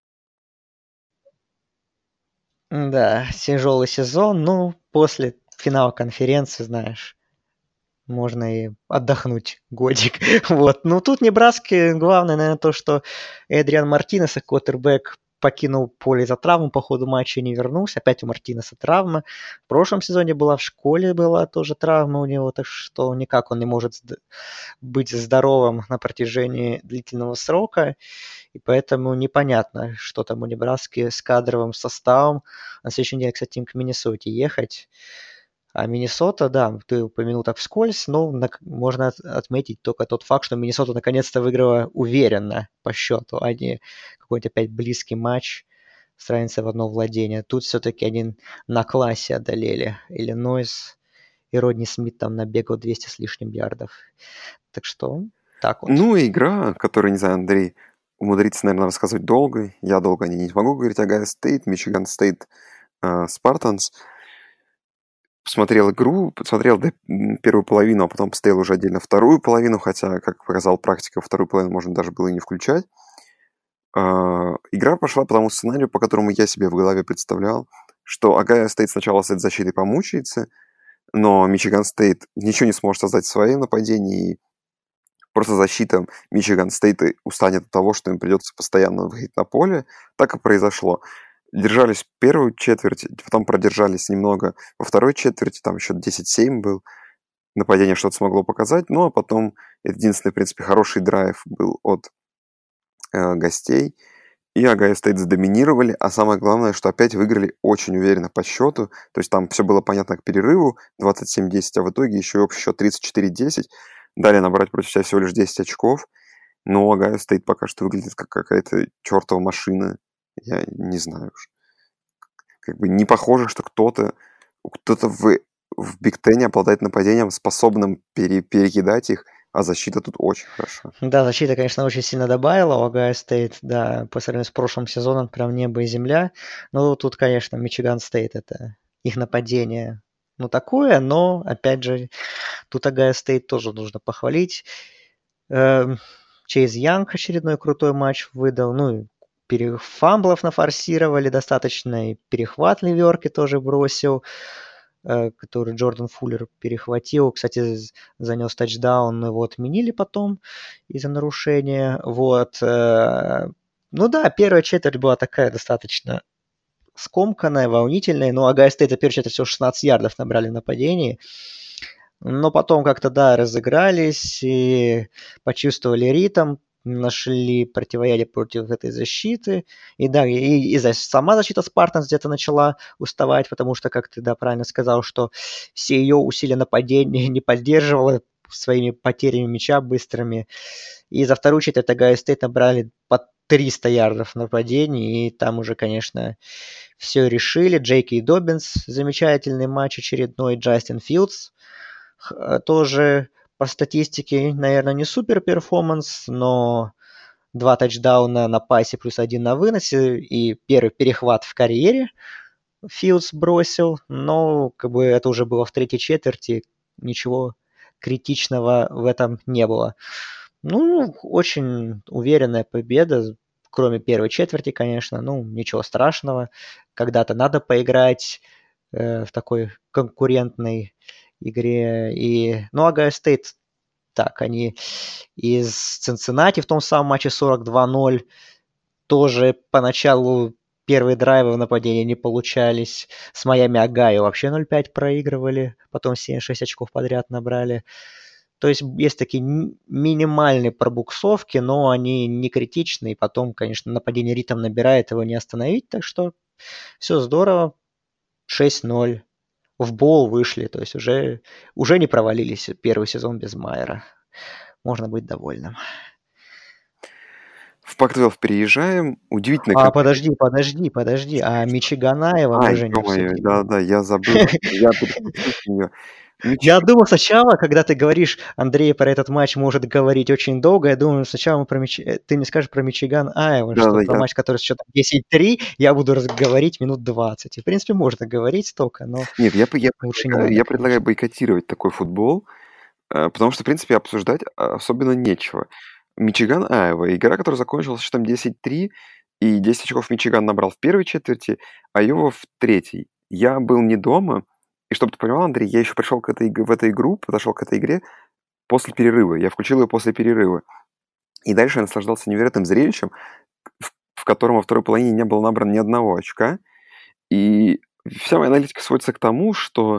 Да, тяжелый сезон. Ну, после финала конференции, знаешь, можно и отдохнуть годик. Вот. Ну, тут Небраске главное, наверное, то, что Эдриан Мартинес, квотербэк, покинул поле из-за травмы, по ходу матча не вернулся. Опять у Мартинеса травма. В прошлом сезоне была в школе, была тоже травма у него, так что никак он не может быть здоровым на протяжении длительного срока. И поэтому непонятно, что там у Небраски с кадровым составом. На следующей неделе, кстати, им к Миннесоте ехать. А Миннесота, да, ты упомянул так вскользь, но можно отметить только тот факт, что Миннесота наконец-то выиграла уверенно по счету, а не какой-то опять близкий матч с разницей в одно владение. Тут все-таки они на классе одолели. Иллинойс и Родни Смит там набегал 200 с лишним ярдов. Так что так вот. Ну, и игра, которую, не знаю, Андрей умудрится, наверное, рассказывать долго. Я долго не могу говорить. Огайо Стейт, Мичиган Стейт, Спартанс. Посмотрел игру, посмотрел первую половину, а потом посмотрел уже отдельно вторую половину, хотя, как показала практика, вторую половину можно даже было и не включать. Игра пошла по тому сценарию, по которому я себе в голове представлял, что Огайо Стейт сначала с этой защитой помучается, но Мичиган Стейт ничего не сможет создать в своем нападении, и просто защита Мичиган Стейта устанет от того, что им придется постоянно выходить на поле. Так и произошло. Держались первую четверть, потом продержались немного во второй четверти, там еще 10-7 был. Нападение что-то смогло показать, ну а потом единственный, в принципе, хороший драйв был от гостей. И Огайо Стейт задоминировали, а самое главное, что опять выиграли очень уверенно по счету. То есть там все было понятно к перерыву, 27-10, а в итоге еще и общий счет 34-10. Дали набрать против себя всего лишь 10 очков. Но Огайо Стейт пока что выглядит как какая-то чертова машина. Я не знаю уж. Как бы не похоже, что кто-то в Биг Тене обладает нападением, способным перекидать их, а защита тут очень хороша. Да, защита, конечно, очень сильно добавила у Огайо Стейт, да, по сравнению с прошлым сезоном, прям небо и земля. Но тут, конечно, Мичиган Стейт, это их нападение, ну, такое, но, опять же, тут Огайо Стейт тоже нужно похвалить. Чейз Янг очередной крутой матч выдал, ну, фамблов нафорсировали достаточно, и перехват Ливерки тоже бросил, который Джордан Фуллер перехватил. Кстати, занес тачдаун, но его отменили потом из-за нарушения. Вот. Ну да, первая четверть была такая достаточно скомканная, волнительная. Но Огайо Стейт за первую четверть всего 16 ярдов набрали в нападении. Но потом как-то, да, разыгрались и почувствовали ритм, нашли противоядие против этой защиты. И да, и сама защита Спартанс где-то начала уставать, потому что, как ты, да, правильно сказал, что все ее усилия нападения не поддерживала своими потерями мяча быстрыми. И за вторую четверть Огайо Стейт набрали по 300 ярдов нападений, и там уже, конечно, все решили. Джейки Доббинс, замечательный матч очередной, Джастин Филдс тоже по статистике, наверное, не супер перформанс, но 2 тачдауна на пасе плюс 1 на выносе и первый перехват в карьере Филдс бросил, но как бы это уже было в третьей четверти, ничего критичного в этом не было. Ну, очень уверенная победа, кроме первой четверти, конечно, ну, ничего страшного. Когда-то надо поиграть в такой конкурентной игре. Ну, Огайо Стейт, так, они из Цинциннати в том самом матче 42-0 тоже поначалу первые драйвы в нападении не получались. С Майами Огайо вообще 0-5 проигрывали, потом 76 очков подряд набрали. То есть есть такие минимальные пробуксовки, но они не критичны. И потом, конечно, нападение ритм набирает, его не остановить. Так что все здорово. 6-0. В боул вышли, то есть уже не провалились первый сезон без Майера. Можно быть довольным. В Пак-12 переезжаем. Удивительно. Подожди. А Мичиганаева мы же не обсудили. Да, я забыл. Я переключил с нее. Я думал сначала, когда ты говоришь, Андрей про этот матч может говорить очень долго, я думаю, сначала ты мне скажешь про Мичиган Айова, Да, что да, про матч, который с счетом 10-3, я буду говорить минут 20. И, в принципе, можно говорить столько, но Нет, лучше не надо, я предлагаю конечно. бойкотировать такой футбол, потому что, в принципе, обсуждать особенно нечего. Мичиган Айова, игра, которая закончилась счетом 10-3, и 10 очков Мичиган набрал в первой четверти, а Айова в третьей. Я был не дома, и чтобы ты понимал, Андрей, я еще пришел в эту игру, подошел к этой игре после перерыва. Я включил ее после перерыва. И дальше я наслаждался невероятным зрелищем, в котором во второй половине не было набрано ни одного очка. И вся моя аналитика сводится к тому, что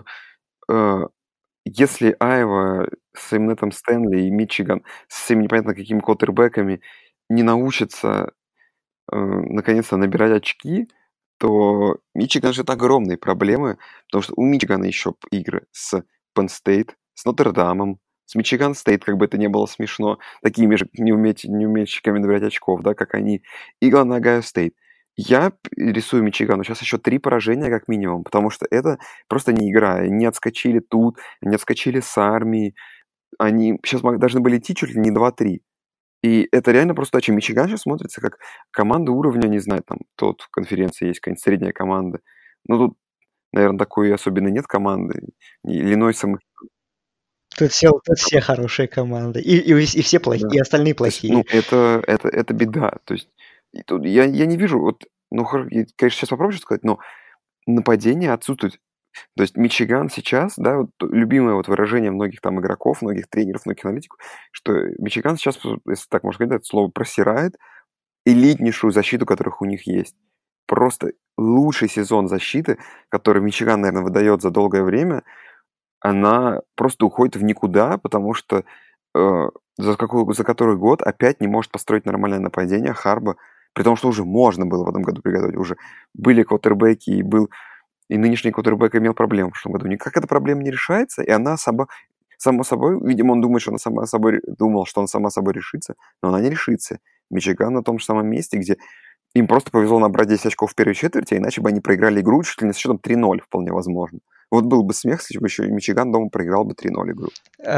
если Айва с Эмнетом Стэнли и Мичиган с всеми непонятно какими квотербеками не научатся наконец-то набирать очки, то Мичиган ждет огромные проблемы, потому что у Мичигана еще игры с Penn State, с Нотр-Дамом, с Мичиган Стейт, как бы это ни было смешно, такими же неумельщиками набирать очков, да, как они, и главное, Огайо Стейт. Я рисую Мичигану сейчас еще 3 поражения как минимум, потому что это просто не игра. Они отскочили тут, они отскочили с армии, они сейчас должны были идти чуть ли не 2-3. И это реально просто очень Мичиган сейчас смотрится как команда уровня, не знаю, там, тот в конференции есть какая-нибудь средняя команда. Ну, тут, наверное, такой особенно нет команды. Иллинойс Тут все хорошие команды, и все плохие, да. и остальные То есть, ну, плохие. это беда. То есть, и тут я не вижу, вот, ну, я, конечно, сейчас попробую что сказать, но нападение отсутствует. То есть Мичиган сейчас, да, вот любимое вот выражение многих там игроков, многих тренеров, многих аналитиков, что Мичиган сейчас, если так можно сказать, это слово просирает элитнейшую защиту, которых у них есть. Просто лучший сезон защиты, который Мичиган, наверное, выдает за долгое время, она просто уходит в никуда, потому что за который год опять не может построить нормальное нападение Харба, при том, что уже можно было в этом году приготовить. Уже были квотербеки, и нынешний квотербек имел проблемы в прошлом году. Никак эта проблема не решается, и она само собой, видимо, он думает, что она сама собой решится, но она не решится. Мичиган на том же самом месте, где им просто повезло набрать 10 очков в первой четверти, иначе бы они проиграли игру чуть ли не с счетом 3-0, вполне возможно. Вот был бы смех, если бы еще и Мичиган дома проиграл бы 3-0 игру.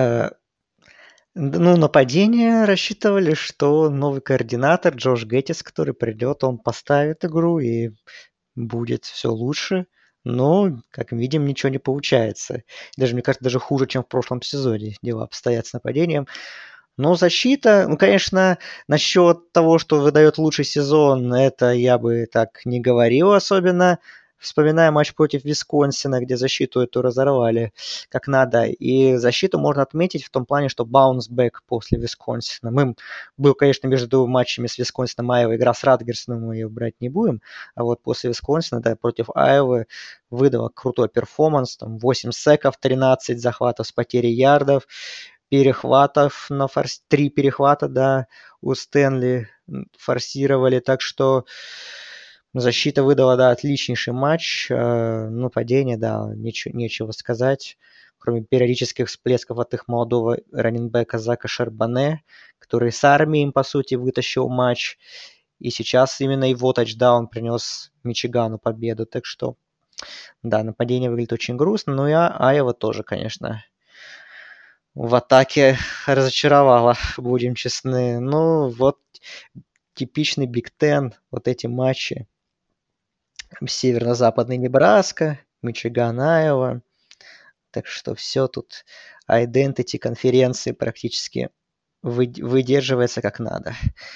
Ну, нападение рассчитывали, что новый координатор Джош Геттис, который придет, он поставит игру и будет все лучше. Но, как видим, ничего не получается. Даже, мне кажется, даже хуже, чем в прошлом сезоне дела обстоят с нападением. Но защита, ну, конечно, насчет того, что выдает лучший сезон, это я бы так не говорил особенно. Вспоминая матч против Висконсина, где защиту эту разорвали как надо. И защиту можно отметить в том плане, что баунсбэк после Висконсина. Был, конечно, между матчами с Висконсином Айова игра с Радгерсом, мы ее брать не будем. А вот после Висконсина, да, против Айовы выдала крутой перформанс. Там 8 секов, 13 захватов с потерей ярдов, перехватов 3 перехвата, да, у Стэнли форсировали, так что защита выдала, да, отличнейший матч, нападение, да, нечего сказать, кроме периодических всплесков от их молодого раннинбека Зака Шарбане, который с армией им, по сути, вытащил матч, и сейчас именно его тачдаун принес Мичигану победу, так что, да, нападение выглядит очень грустно, но и Айова тоже, конечно, в атаке разочаровала, будем честны. Ну, вот типичный Биг Тен, вот эти матчи. Северо-западный Небраска, Мичиган, Айова. Так что все тут identity конференции практически выдерживается как надо.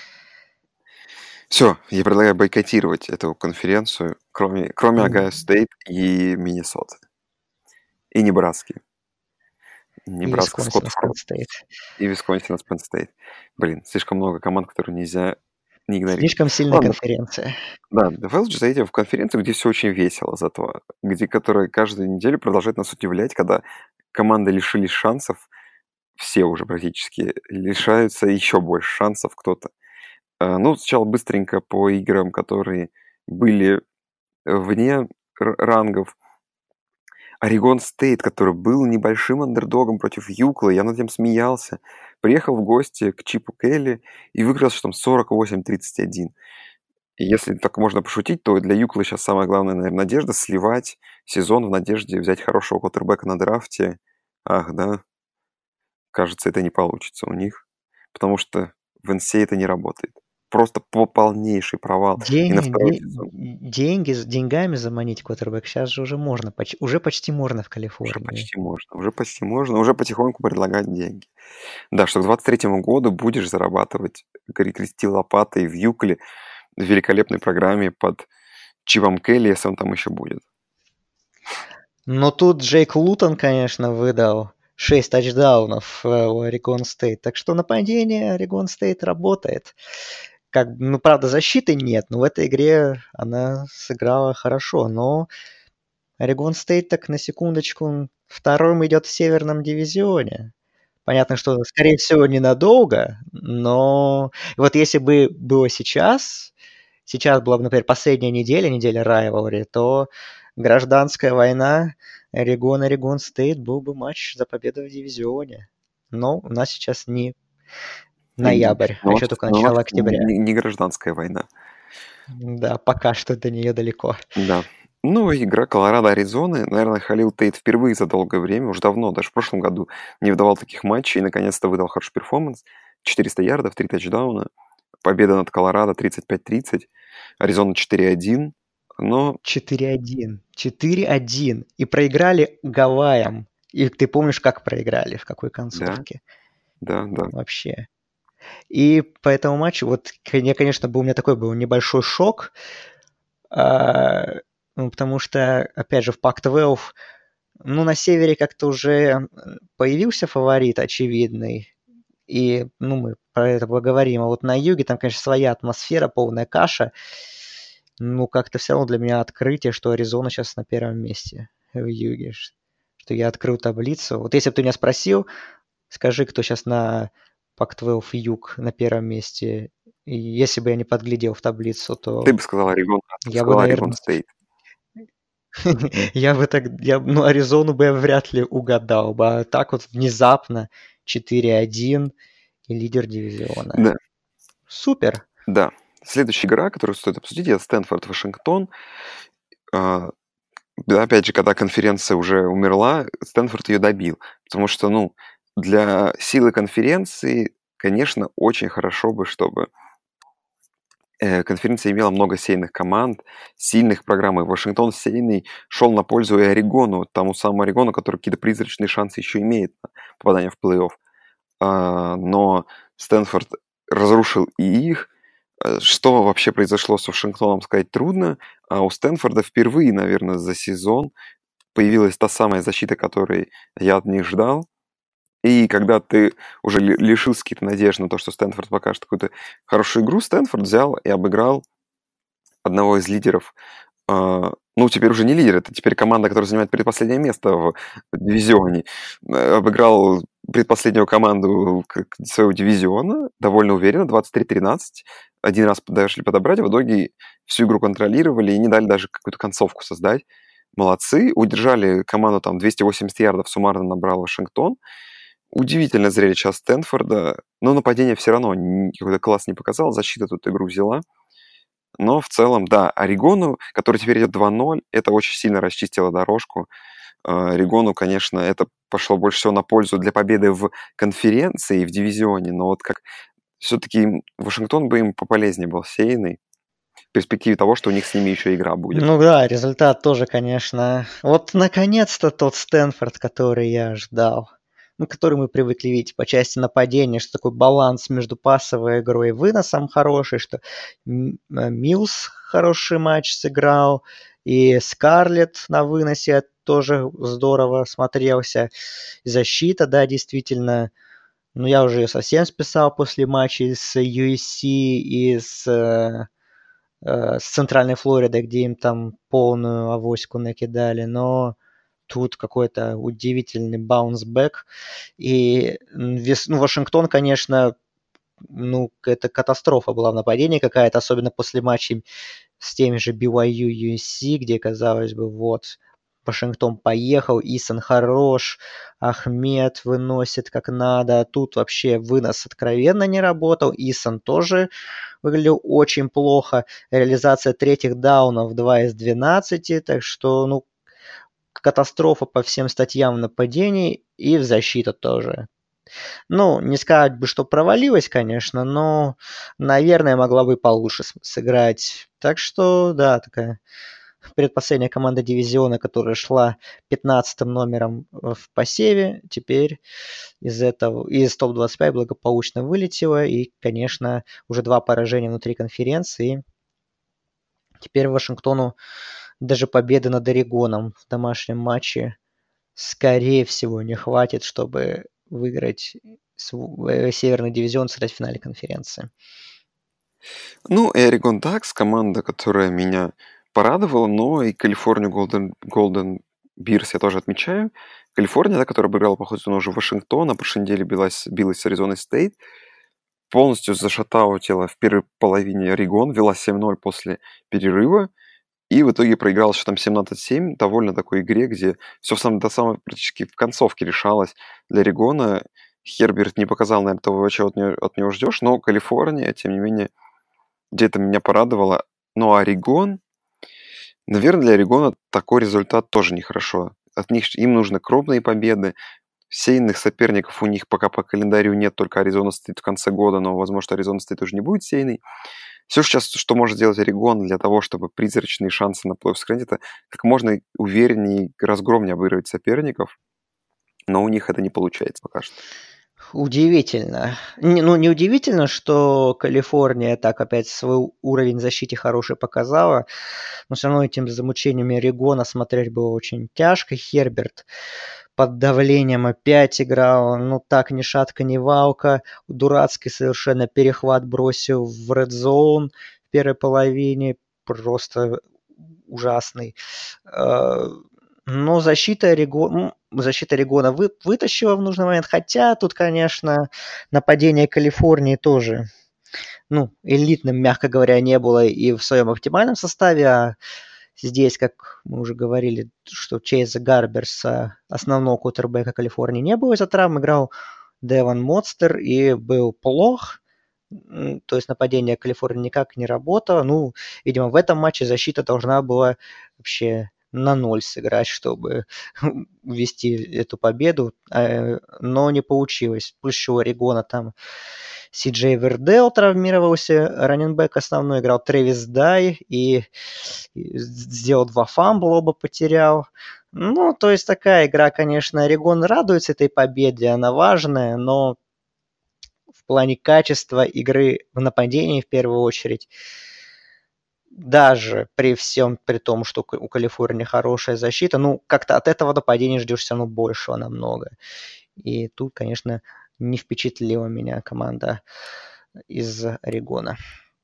Все, я предлагаю бойкотировать эту конференцию, кроме Огайо Стейт и Миннесоты. И Небраски. Небраска, Скотт Фром. И Висконсин с Penn State. Блин, слишком много команд, которые нельзя не игнорировать. Слишком сильная конференция. Да, НФЛ же зайдем в конференцию, где все очень весело зато, которая каждую неделю продолжает нас удивлять, когда команды лишились шансов, все уже практически лишаются еще больше шансов кто-то. Ну, сначала быстренько по играм, которые были вне рангов. Орегон Стейт, который был небольшим андердогом против Юклы, я над этим смеялся, приехал в гости к Чипу Келли и выиграл что там 48-31. И если так можно пошутить, то для Юклы сейчас самая главная, наверное, надежда сливать сезон в надежде взять хорошего квотербека на драфте Ах, да. Кажется, это не получится у них, потому что в NCAA это не работает. Просто полнейший провал. И на второй сезон. Деньгами заманить квотербека сейчас же уже можно, уже почти можно в Уже Калифорнии. почти можно. Уже потихоньку предлагать деньги. Да, что к 23-му году будешь зарабатывать, крести лопатой в Юкле в великолепной программе под Чипом Келли, если он там еще будет. Но тут Джейк Лутон, конечно, выдал 6 тачдаунов у Орегон Стейт. Так что нападение Орегон Стейт работает. Правда, защиты нет, но в этой игре она сыграла хорошо. Но Орегон Стейт, так на секундочку, вторым идет в Северном дивизионе. Понятно, что, скорее всего, ненадолго, но вот если бы было сейчас была бы, например, последняя неделя Райвалри, то гражданская война Орегон Стейт был бы матч за победу в дивизионе. Но у нас сейчас не ноябрь, а еще только начало октября. Не гражданская война. Да, пока что до нее далеко. Да. Ну, игра Колорадо-Аризоны. Наверное, Халил Тейт впервые за долгое время, уже давно, даже в прошлом году, не выдавал таких матчей и наконец-то выдал хороший перформанс. 400 ярдов, 3 тачдауна. Победа над Колорадо 35-30. Аризона 4-1. Но... 4-1. 4-1. И проиграли Гавайям. И ты помнишь, как проиграли, в какой концовке? Да. Вообще. И по этому матчу, вот, конечно, у меня такой был небольшой шок, потому что, опять же, в Pac-12, на севере как-то уже появился фаворит очевидный, и, мы про это поговорим, а вот на юге там, конечно, своя атмосфера, полная каша, как-то все равно для меня открытие, что Аризона сейчас на первом месте в юге, что я открыл таблицу. Вот если бы ты меня спросил, скажи, кто сейчас на Pac-12 юг на первом месте, и если бы я не подглядел в таблицу, то... Ты бы сказал Орегон, наверное... Стейт. Аризону бы я вряд ли угадал бы, а так вот внезапно 4-1 и лидер дивизиона. Да. Супер. Да. Следующая игра, которую стоит обсудить, это Стэнфорд-Вашингтон. Опять же, когда конференция уже умерла, Стэнфорд ее добил. Потому что, для силы конференции, конечно, очень хорошо бы, чтобы конференция имела много сильных команд, сильных программ. И Вашингтон сильный шел на пользу и Орегону, тому самому Орегону, который какие-то призрачные шансы еще имеет на попадание в плей-офф. Но Стэнфорд разрушил и их. Что вообще произошло с Вашингтоном, сказать трудно. А у Стэнфорда впервые, наверное, за сезон появилась та самая защита, которой я от них ждал. И когда ты уже лишился каких-то надежд на то, что Стэнфорд покажет какую-то хорошую игру, Стэнфорд взял и обыграл одного из лидеров. Теперь уже не лидер, это теперь команда, которая занимает предпоследнее место в дивизионе. Обыграл предпоследнюю команду своего дивизиона довольно уверенно, 23-13. Один раз дошли подобрать, в итоге всю игру контролировали и не дали даже какую-то концовку создать. Молодцы. Удержали команду, 280 ярдов суммарно набрал Вашингтон. Удивительное зрелище от Стэнфорда, но нападение все равно какой-то класс не показал, защита тут игру взяла. Но в целом, да, Орегону, который теперь идет 2-0, это очень сильно расчистило дорожку. Орегону, конечно, это пошло больше всего на пользу для победы в конференции и в дивизионе, но вот как все-таки Вашингтон бы им пополезнее был сеянный в перспективе того, что у них с ними еще игра будет. Да, результат тоже, конечно. Вот наконец-то тот Стэнфорд, который я ждал. Который мы привыкли видеть по части нападения, что такой баланс между пасовой игрой и выносом хороший, что Милс хороший матч сыграл, и Скарлетт на выносе тоже здорово смотрелся. Защита, да, действительно. Я уже ее совсем списал после матчей с USC и с Центральной Флоридой, где им там полную авоську накидали, но тут какой-то удивительный баунсбэк. И Вашингтон, конечно, это катастрофа была в нападении какая-то, особенно после матчей с теми же BYU, USC, где, казалось бы, Вашингтон поехал, Исон хорош, Ахмед выносит как надо, а тут вообще вынос откровенно не работал, Исон тоже выглядел очень плохо, реализация третьих даунов 2 из 12, так что, катастрофа по всем статьям в нападении и в защите тоже. Ну, не сказать бы, что провалилась, конечно, но, наверное, могла бы получше сыграть. Так что, да, такая предпоследняя команда дивизиона, которая шла 15-м номером в посеве, теперь из топ-25 благополучно вылетела. И, конечно, уже 2 поражения внутри конференции. Теперь Вашингтону даже победы над Орегоном в домашнем матче, скорее всего, не хватит, чтобы выиграть Северный дивизион, сыграть в финале конференции. Ну, и Орегон Дакс, команда, которая меня порадовала, но и Калифорнию Golden Bears я тоже отмечаю. Калифорния, да, которая обыграла, по ходу уже Вашингтон, на прошлой неделе билась с Аризоной Стейт, полностью зашатаутила в первой половине Орегон, вела 7-0 после перерыва, и в итоге проиграла счетом 17-7, довольно такой игре, где все до самой практически в концовке решалось для Орегона. Херберт не показал, наверное, того, чего от него ждешь, но Калифорния, тем не менее, где-то меня порадовало. Но Орегон, наверное, для Орегона такой результат тоже нехорошо. Им нужны крупные победы. Сейных соперников у них пока по календарю нет, только Аризона Стейт в конце года, но, возможно, Аризона Стейт уже не будет сейной. Все сейчас, что может сделать Орегон для того, чтобы призрачные шансы на плей-офф сохранить, это как можно увереннее разгромнее обыгрывать соперников, но у них это не получается пока что. Удивительно. Не удивительно, что Калифорния так опять свой уровень защиты хороший показала, но все равно этим замучениями Орегона смотреть было очень тяжко. Херберт под давлением опять играл, ну так ни шатка, ни валка. Дурацкий совершенно перехват бросил в Red Zone в первой половине, просто ужасный. Но защита Орегона вытащила в нужный момент. Хотя тут, конечно, нападение Калифорнии тоже, элитным, мягко говоря, не было и в своем оптимальном составе. А здесь, как мы уже говорили, что Чейза Гарберса, основного квотербека Калифорнии, не было из-за травм. Играл Девон Монстер и был плох. То есть нападение Калифорнии никак не работало. Видимо, в этом матче защита должна была вообще на 0 сыграть, чтобы ввести эту победу, но не получилось. Плюс еще у Орегона там Си-Джей Вердел травмировался, раннинбэк основной, играл Трэвис Дай и сделал 2 фамбла, оба потерял. То есть такая игра, конечно, Орегон радуется этой победе, она важная, но в плане качества игры в нападении в первую очередь, даже при том, что у Калифорнии хорошая защита, как-то от этого нападения ждешь все равно большего намного. И тут, конечно, не впечатлила меня команда из Орегона.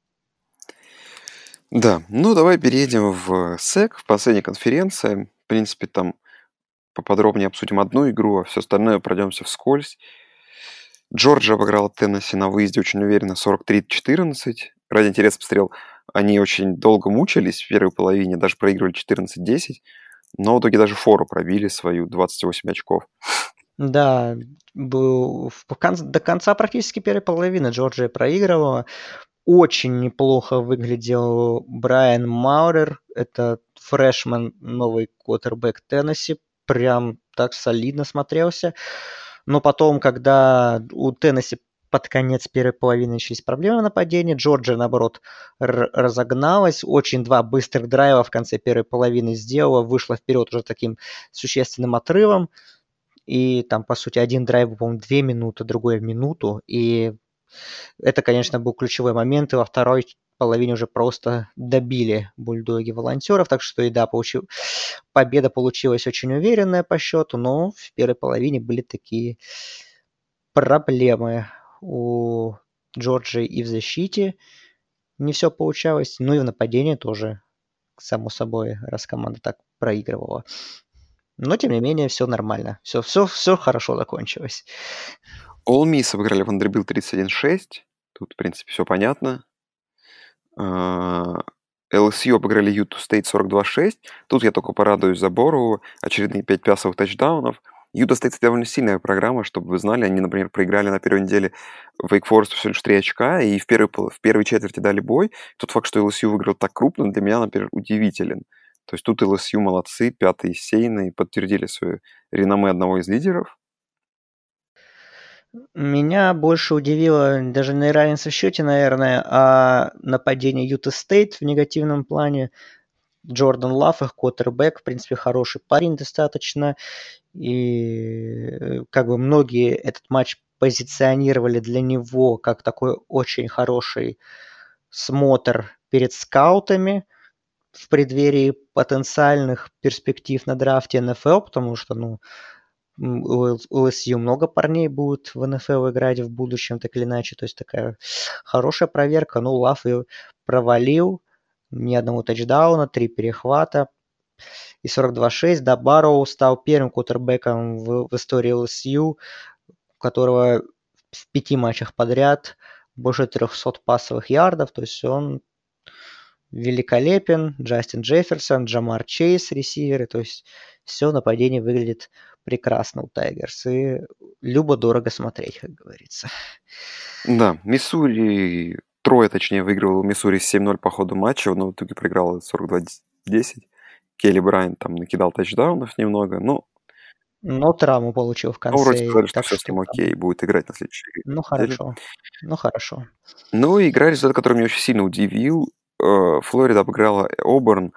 Да, давай перейдем в СЭК, в последней конференции. В принципе, там поподробнее обсудим одну игру, а все остальное пройдемся вскользь. Джорджия обыграла Теннесси на выезде очень уверенно 43-14. Ради интереса посмотрел, они очень долго мучились в первой половине, даже проигрывали 14-10, но в итоге даже фору пробили свою 28 очков. Да, до конца практически первой половины Джорджия проигрывала. Очень неплохо выглядел Брайан Маурер. Это фрешман, новый квотербек Теннесси. Прям так солидно смотрелся. Но потом, когда у Теннесси под конец первой половины начались проблемы в нападении, Джорджия, наоборот, разогналась. Очень 2 быстрых драйва в конце первой половины сделала. Вышла вперед уже таким существенным отрывом. И там, по сути, один драйв, по-моему, 2 минуты, другой минуту. И это, конечно, был ключевой момент. И во второй половине уже просто добили бульдоги волонтеров. Так что, и да, победа получилась очень уверенная по счету. Но в первой половине были такие проблемы у Джорджии и в защите. Не все получалось. И в нападении тоже, само собой, раз команда так проигрывала. Но, тем не менее, все нормально. Все хорошо закончилось. Ole Miss обыграли Vanderbilt 31-6. Тут, в принципе, все понятно. LSU обыграли Utah State 42-6. Тут я только порадуюсь за Борову. Очередные 5 пасовых тачдаунов. Utah State довольно сильная программа, чтобы вы знали. Они, например, проиграли на первой неделе Wake Forest всего лишь 3 очка, и в первой четверти дали бой. Тот факт, что LSU выиграл так крупно, для меня, например, удивителен. То есть тут ЛСЮ молодцы, 5-й сейные, подтвердили свое реноме одного из лидеров. Меня больше удивило даже не равенство в счете, наверное, а нападение Юта Стейт в негативном плане. Джордан Лав, их квотербек, в принципе, хороший парень достаточно. И как бы многие этот матч позиционировали для него как такой очень хороший смотр перед скаутами в преддверии потенциальных перспектив на драфте НФЛ, потому что, ну, у ЛСЮ много парней будут в НФЛ играть в будущем, так или иначе. То есть такая хорошая проверка. Ну, Лав ее провалил. Ни одного тачдауна, 3 перехвата. И 42-6. Да, Барроу стал первым квотербеком в истории ЛСЮ, у которого в 5 матчах подряд больше 300 пассовых ярдов. То есть он великолепен. Джастин Джефферсон, Джамар Чейз, ресиверы. То есть все нападение выглядит прекрасно у Тайгерс. И любо-дорого смотреть, как говорится. Да, Миссури, трое, точнее, выигрывал Миссури 7-0 по ходу матча, но в итоге проиграл 42-10. Келли Брайант там накидал тачдаунов немного, но травму получил в конце. вроде сказали, что так все с ним окей, будет играть на следующей неделе. Хорошо. Ну и игра, результат, который меня очень сильно удивил. Флорида обыграла Оберн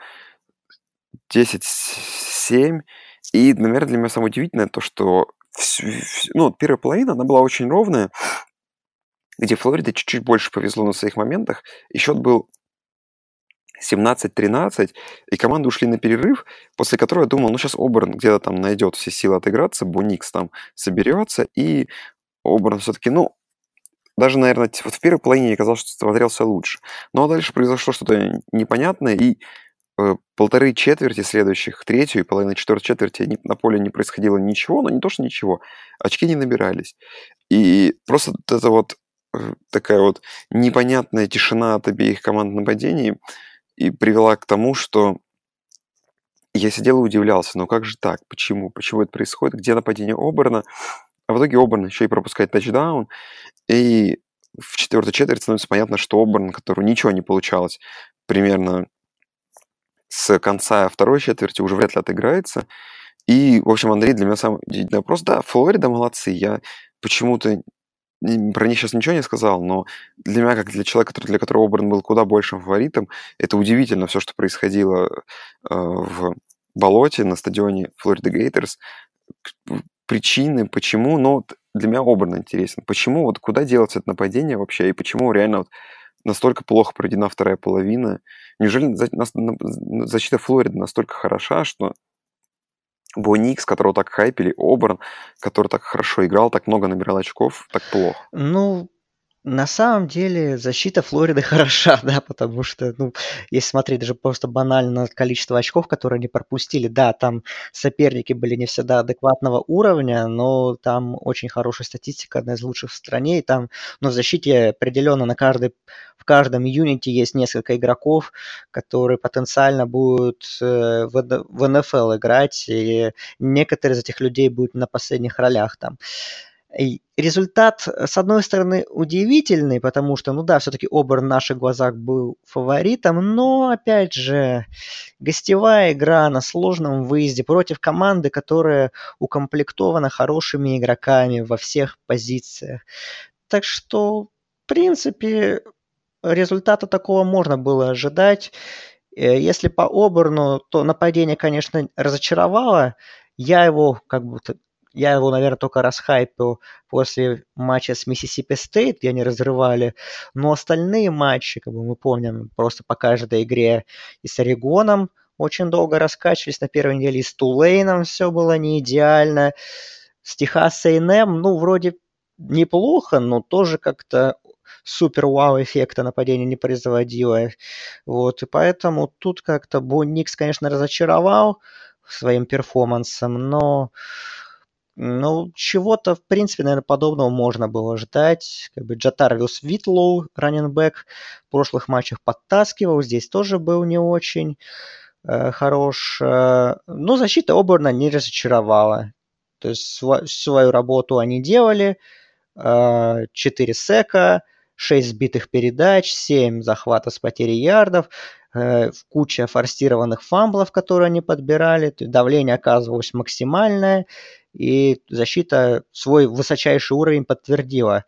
10-7. И, наверное, для меня самое удивительное то, что первая половина, она была очень ровная, где Флориде чуть-чуть больше повезло на своих моментах. И счет был 17-13, и команды ушли на перерыв, после которого я думал, ну сейчас Оберн где-то там найдет все силы отыграться, Бо Никс там соберется, и Оберн все-таки, даже, наверное, вот в первой половине мне казалось, что смотрелся лучше. Но дальше произошло что-то непонятное, и полторы четверти следующих, третью и половину четвертой четверти на поле не происходило ничего, но не то, что ничего, очки не набирались. И просто это вот такая вот непонятная тишина от обеих команд нападений и привела к тому, что я сидел и удивлялся, ну как же так, почему? Почему это происходит? Где нападение Оберна? А в итоге Оберн еще и пропускает тачдаун, и в четвертой четверти становится понятно, что Оберн, которого ничего не получалось примерно с конца второй четверти, уже вряд ли отыграется. И, в общем, Андрей, для меня самый удивительный вопрос. Да, Флорида молодцы, я почему-то про них сейчас ничего не сказал, но для меня, как для человека, для которого Оберн был куда большим фаворитом, это удивительно все, что происходило в болоте на стадионе Флорида Гейтерс. Причины, почему, но для меня Оберн интересен. Почему, вот куда делать это нападение вообще, и почему реально вот настолько плохо проведена вторая половина? Неужели защита Флориды настолько хороша, что Бо Никс, которого так хайпили, Оберн, который так хорошо играл, так много набирал очков, так плохо? Ну, на самом деле защита Флориды хороша, да, потому что, если смотреть даже просто банально на количество очков, которые они пропустили, да, там соперники были не всегда адекватного уровня, но там очень хорошая статистика, одна из лучших в стране, и там, в защите определенно в каждом юните есть несколько игроков, которые потенциально будут в НФЛ играть, и некоторые из этих людей будут на последних ролях там. И результат, с одной стороны, удивительный, потому что, все-таки Оберн в наших глазах был фаворитом, но, опять же, гостевая игра на сложном выезде против команды, которая укомплектована хорошими игроками во всех позициях. Так что, в принципе, результата такого можно было ожидать. Если по Оберну, то нападение, конечно, разочаровало. Я его, наверное, только расхайпил после матча с Миссисипи Стейт, где они разрывали. Но остальные матчи, мы помним, просто по каждой игре и с Орегоном очень долго раскачивались на первой неделе, и с Тулейном все было не идеально. С Техас A&M, вроде неплохо, но тоже как-то супер вау-эффекта нападения не производило. Вот, и поэтому тут как-то Бо Никс, конечно, разочаровал своим перформансом, но чего-то, в принципе, наверное, подобного можно было ждать. Джатарвис Витлоу, раннинбэк, в прошлых матчах подтаскивал, здесь тоже был не очень хорош. Но защита Оберна не разочаровала. То есть свою работу они делали. 4 сека, 6 сбитых передач, 7 захватов с потерей ярдов. куча форсированных фамблов, которые они подбирали, давление оказывалось максимальное, и защита свой высочайший уровень подтвердила.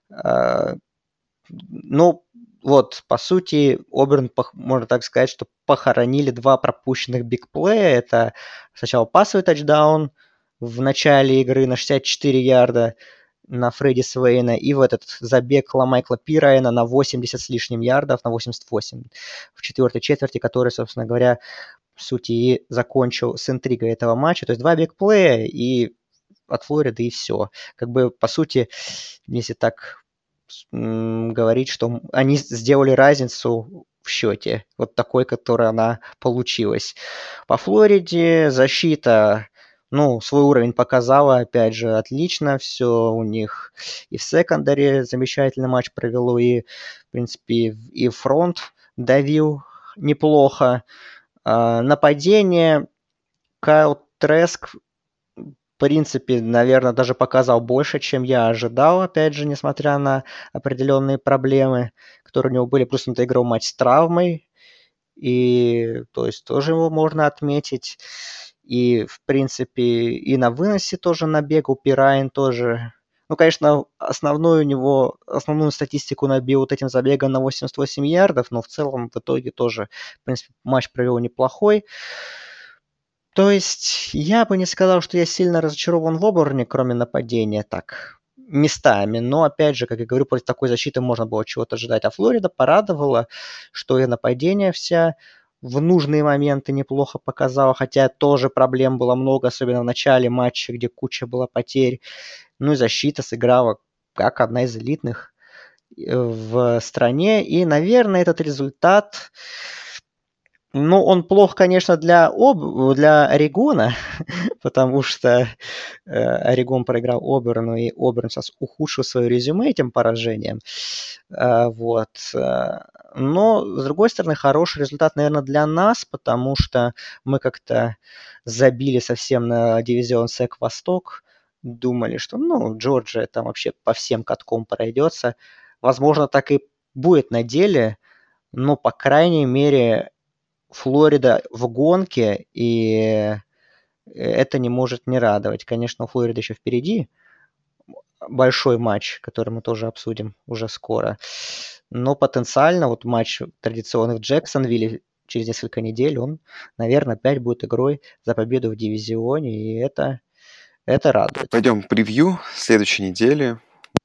Ну, вот, по сути, Оберн, можно так сказать, что похоронили 2 пропущенных бигплея. Это сначала пасовый тачдаун в начале игры на 64 ярда на Фредди Свейна и в этот забег Майкла Пирайна на 80 с лишним ярдов, на 88 в четвертой четверти, который, собственно говоря, в сути и закончил с интригой этого матча. То есть 2 бигплея и от Флориды, и все. Как бы, по сути, если так говорить, что они сделали разницу в счете, вот такой, которая она получилась. По Флориде защита, ну, свой уровень показала, опять же, отлично все у них. И в секондаре замечательный матч провело, и, в принципе, и фронт давил неплохо. Нападение Кайл Треск, в принципе, наверное, даже показал больше, чем я ожидал, опять же, несмотря на определенные проблемы, которые у него были. Плюс он доиграл матч с травмой, и, то есть, тоже его можно отметить. И, в принципе, и на выносе тоже набегал, Пирайн тоже. Ну, конечно, основную статистику набил вот этим забегом на 88 ярдов, но в целом в итоге тоже, в принципе, матч провел неплохой. То есть я бы не сказал, что я сильно разочарован в Оберне, кроме нападения, так, местами. Но, опять же, как я говорю, против такой защиты можно было чего-то ожидать. А Флорида порадовала, что и нападение вся в нужные моменты неплохо показала, хотя тоже проблем было много, особенно в начале матча, где куча была потерь. Ну и защита сыграла как одна из элитных в стране. И, наверное, этот результат... Ну, он плох, конечно, для Орегона, потому что Орегон проиграл Оберну, и Оберн сейчас ухудшил свое резюме этим поражением. Вот. Но, с другой стороны, хороший результат, наверное, для нас, потому что мы как-то забили совсем на дивизион СЭК Восток, думали, что, ну, Джорджия там вообще по всем каткам пройдется. Возможно, так и будет на деле, но, по крайней мере, Флорида в гонке, и это не может не радовать. Конечно, у Флориды еще впереди большой матч, который мы тоже обсудим уже скоро. Но потенциально вот матч традиционный в Джексонвилле через несколько недель, он, наверное, опять будет игрой за победу в дивизионе, и это радует. Пойдем превью следующей недели.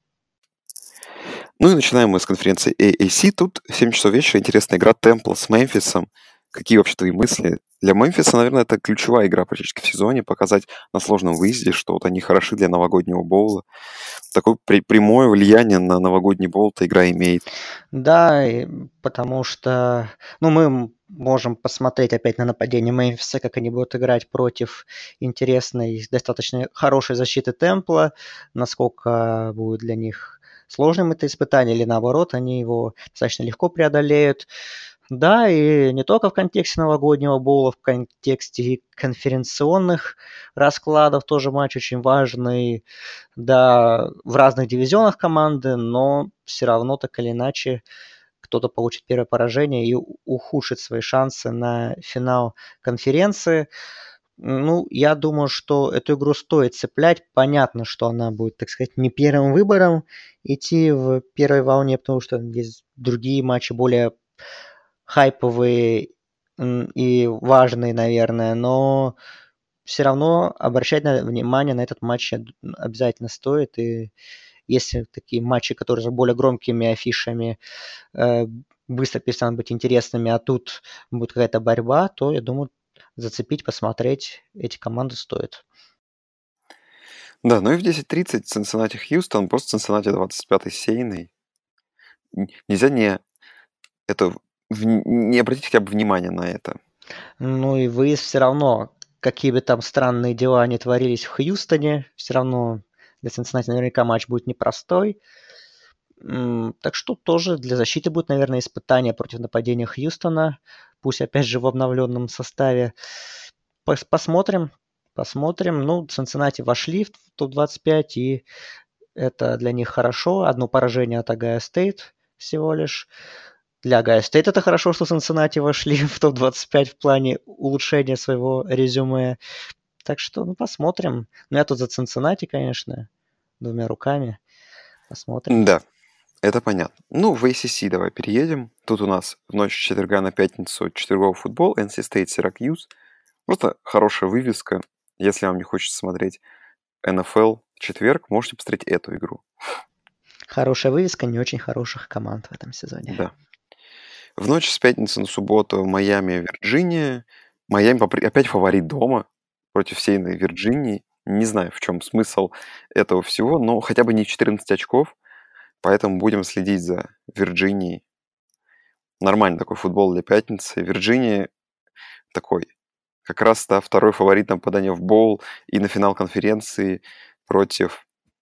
Ну и начинаем мы с конференции AAC. Тут в 7 часов вечера интересная игра Темпла с Мемфисом. Какие вообще твои мысли? Для Мемфиса, наверное, это ключевая игра практически в сезоне. Показать на сложном выезде, что вот они хороши для новогоднего боула. Такое прямое влияние на новогодний боул эта игра имеет. Да, потому что мы можем посмотреть опять на нападение Мемфиса, как они будут играть против интересной, достаточно хорошей защиты Темпла, насколько будет для них сложным это испытание, или наоборот, они его достаточно легко преодолеют. Да, и не только в контексте новогоднего боула, в контексте конференционных раскладов тоже матч очень важный. Да, в разных дивизионах команды, но все равно так или иначе кто-то получит первое поражение и ухудшит свои шансы на финал конференции. Ну, я думаю, что эту игру стоит цеплять. Понятно, что она будет, так сказать, не первым выбором идти в первой волне, потому что есть другие матчи более хайповые и важные, наверное, но все равно обращать внимание на этот матч обязательно стоит. И если такие матчи, которые с более громкими афишами быстро перестанут быть интересными, а тут будет какая-то борьба, то, я думаю, зацепить, посмотреть эти команды стоит. Да, ну и в 10:30 Цинциннати-Хьюстон, просто Цинциннати 25-й сейный. Нельзя не обратить хотя бы внимания на это. Ну и выезд все равно, какие бы там странные дела ни творились в Хьюстоне, все равно для Цинциннати наверняка матч будет непростой. Так что тоже для защиты будет, наверное, испытание против нападения Хьюстона, пусть опять же в обновленном составе. Посмотрим. Ну, Цинциннати вошли в топ-25, и это для них хорошо. Одно поражение от Огайо Стейт всего лишь. для Ohio State это хорошо, что Cincinnati вошли в топ-25 в плане улучшения своего резюме. Так что, ну, посмотрим. Ну, я тут за Cincinnati, конечно, двумя руками. Посмотрим. Да, это понятно. Ну, в ACC давай переедем. Тут у нас в ночь с четверга на пятницу четверговый футбол, NC State Syracuse. Просто хорошая вывеска. Если вам не хочется смотреть NFL в четверг, можете посмотреть эту игру. Хорошая вывеска, не очень хороших команд в этом сезоне. Да. В ночь с пятницы на субботу Майами, Вирджиния. Майами опять фаворит дома против Северной Вирджинии. Не знаю, в чем смысл этого всего, но хотя бы не 14 очков. Поэтому будем следить за Вирджинией. Нормальный такой футбол для пятницы. Вирджиния такой, как раз, да, второй фаворит на попадание в боул и на финал конференции против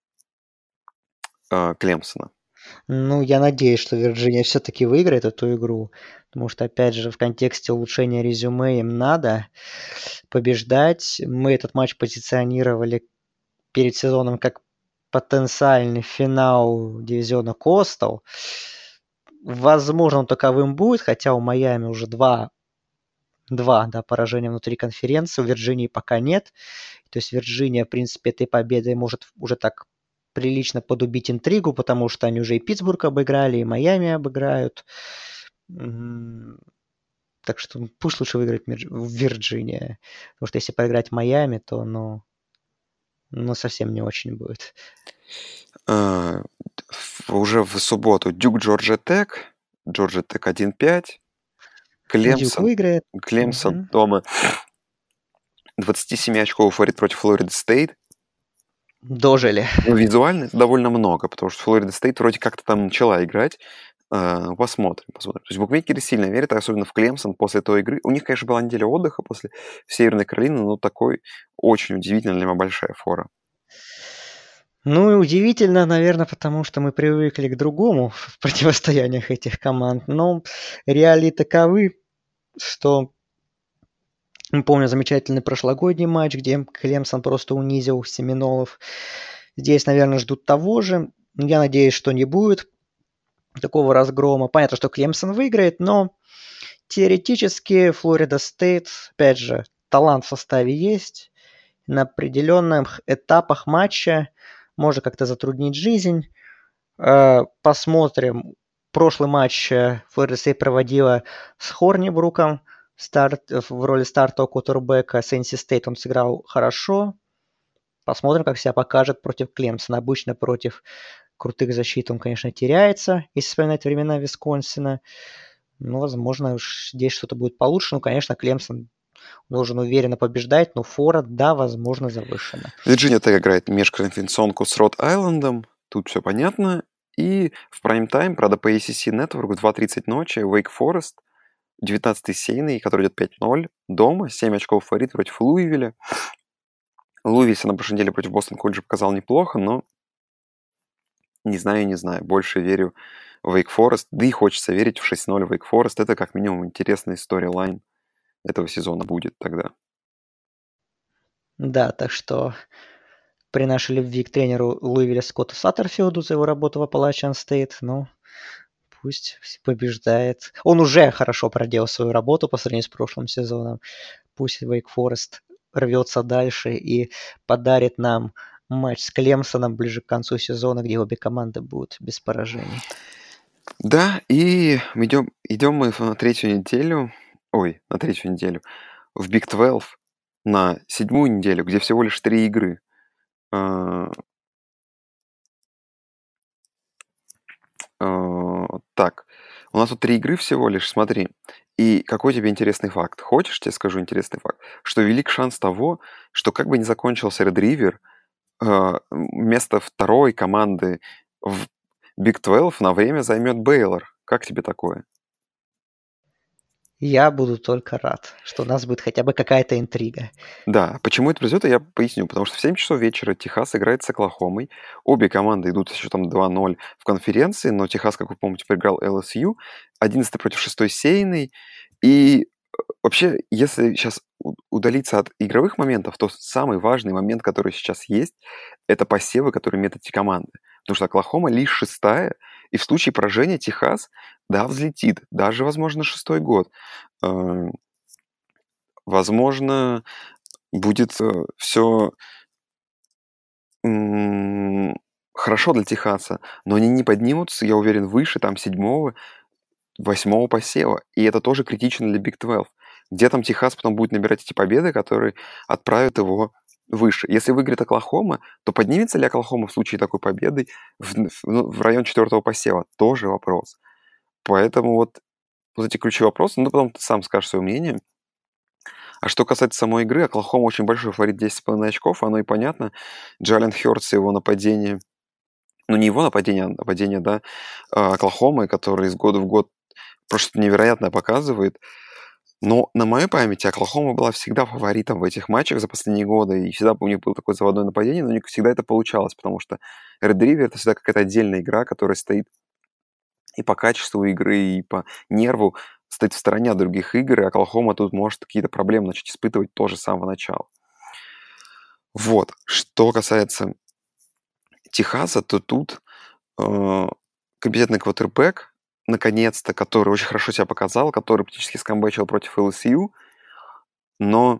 Клемсона. Ну, я надеюсь, что Вирджиния все-таки выиграет эту игру, потому что, опять же, в контексте улучшения резюме им надо побеждать. Мы этот матч позиционировали перед сезоном как потенциальный финал дивизиона Coastal. Возможно, он таковым будет, хотя у Майами уже два поражения внутри конференции, у Вирджинии пока нет. То есть Вирджиния, в принципе, этой победой может уже так прилично подубить интригу, потому что они уже и Питтсбург обыграли, и Майами обыграют. Так что пусть лучше выиграет Вирджиния. Потому что если проиграть Майами, то ну совсем не очень будет. Уже в субботу Дюк Джорджия Тек 1-5. Дюк выиграет. Клемсон дома 27 очков фаворит против Флорида Стейт. Дожили. Ну, визуально это довольно много, потому что Флорида Стейт вроде как-то там начала играть. Посмотрим. То есть букмекеры сильно верят, особенно в Клемсон после той игры. У них, конечно, была неделя отдыха после Северной Каролины, но такой очень удивительно для меня большая фора. Ну и удивительно, наверное, потому что мы привыкли к другому в противостояниях этих команд. Но реалии таковы, что мы помним замечательный прошлогодний матч, где Клемсон просто унизил Семинолов. Здесь, наверное, ждут того же. Я надеюсь, что не будет такого разгрома. Понятно, что Клемсон выиграет, но теоретически Флорида Стейт, опять же, талант в составе есть. На определенных этапах матча может как-то затруднить жизнь. Посмотрим. Прошлый матч Флорида Стейт проводила с Хорнибруком в роли стартового квотербека. С NC State он сыграл хорошо. Посмотрим, как себя покажет против Клемсона. Обычно против крутых защит он, конечно, теряется, если вспоминать времена Висконсина. Ну, возможно, здесь что-то будет получше. Ну, конечно, Клемсон должен уверенно побеждать, но фора, да, возможно, завышена. Вирджиния так играет межконференционку с Род-Айлендом. Тут все понятно. И в прайм-тайм, правда, по ACC Network в 2:30 ночи Wake Forest, 19-й сейный, который идет 5-0, дома, 7 очков фаворит против Луивилля. Луивиль на прошлой неделе против Бостон Колледжа показал неплохо, но не знаю. Больше верю в Wake Forest. Да и хочется верить в 6-0 Wake Forest. Это как минимум интересный сторилайн этого сезона будет тогда. Да, так что при нашей любви к тренеру Луивилля Скотту Саттерфилду за его работу в Appalachian State, ну, пусть побеждает. Он уже хорошо проделал свою работу по сравнению с прошлым сезоном. Пусть Wake Forest рвется дальше и подарит нам матч с Клемсоном ближе к концу сезона, где обе команды будут без поражений. Да, и идем мы на третью неделю в Big 12 на 7-ю неделю, где всего лишь 3 игры. Так, у нас тут 3 игры всего лишь, смотри. И какой тебе интересный факт? Хочешь, тебе скажу интересный факт? Что велик шанс того, что как бы ни закончился Red River, место второй команды в Big 12 на время займет Бейлор. Как тебе такое? Я буду только рад, что у нас будет хотя бы какая-то интрига. Да, почему это произойдет, я поясню. Потому что в 7 часов вечера Техас играет с Оклахомой. Обе команды идут еще там 2-0 в конференции, но Техас, как вы помните, проиграл LSU. 11 против 6 сейный. И вообще, если сейчас удалиться от игровых моментов, то самый важный момент, который сейчас есть, это посевы, которые имеют эти команды. Потому что Оклахома лишь 6-я, И в случае поражения Техас, да, взлетит. Даже, возможно, 6-й год. Возможно, будет все хорошо для Техаса, но они не поднимутся, я уверен, выше там 7-го, 8-го посева. И это тоже критично для Big 12. Где там Техас потом будет набирать эти победы, которые отправят его выше. Если выиграет Оклахома, то поднимется ли Оклахома в случае такой победы в район 4-го посева? Тоже вопрос. Поэтому вот эти ключевые вопросы, ну, потом ты сам скажешь свое мнение. А что касается самой игры, Оклахома очень большой фаворит, 10,5 очков, оно и понятно. Джален Хёртс и его нападение, ну, не его нападение, а нападение, да, Оклахомы, который из года в год просто невероятно показывает. Но на моей памяти Оклахома была всегда фаворитом в этих матчах за последние годы, и всегда у них было такое заводное нападение, но у них всегда это получалось, потому что Red River — это всегда какая-то отдельная игра, которая стоит и по качеству игры, и по нерву стоит в стороне от других игр, и Оклахома тут может какие-то проблемы начать испытывать тоже с самого начала. Вот. Что касается Техаса, то тут компетентный квотербэк, наконец-то, который очень хорошо себя показал, который практически скамбэчил против LSU, но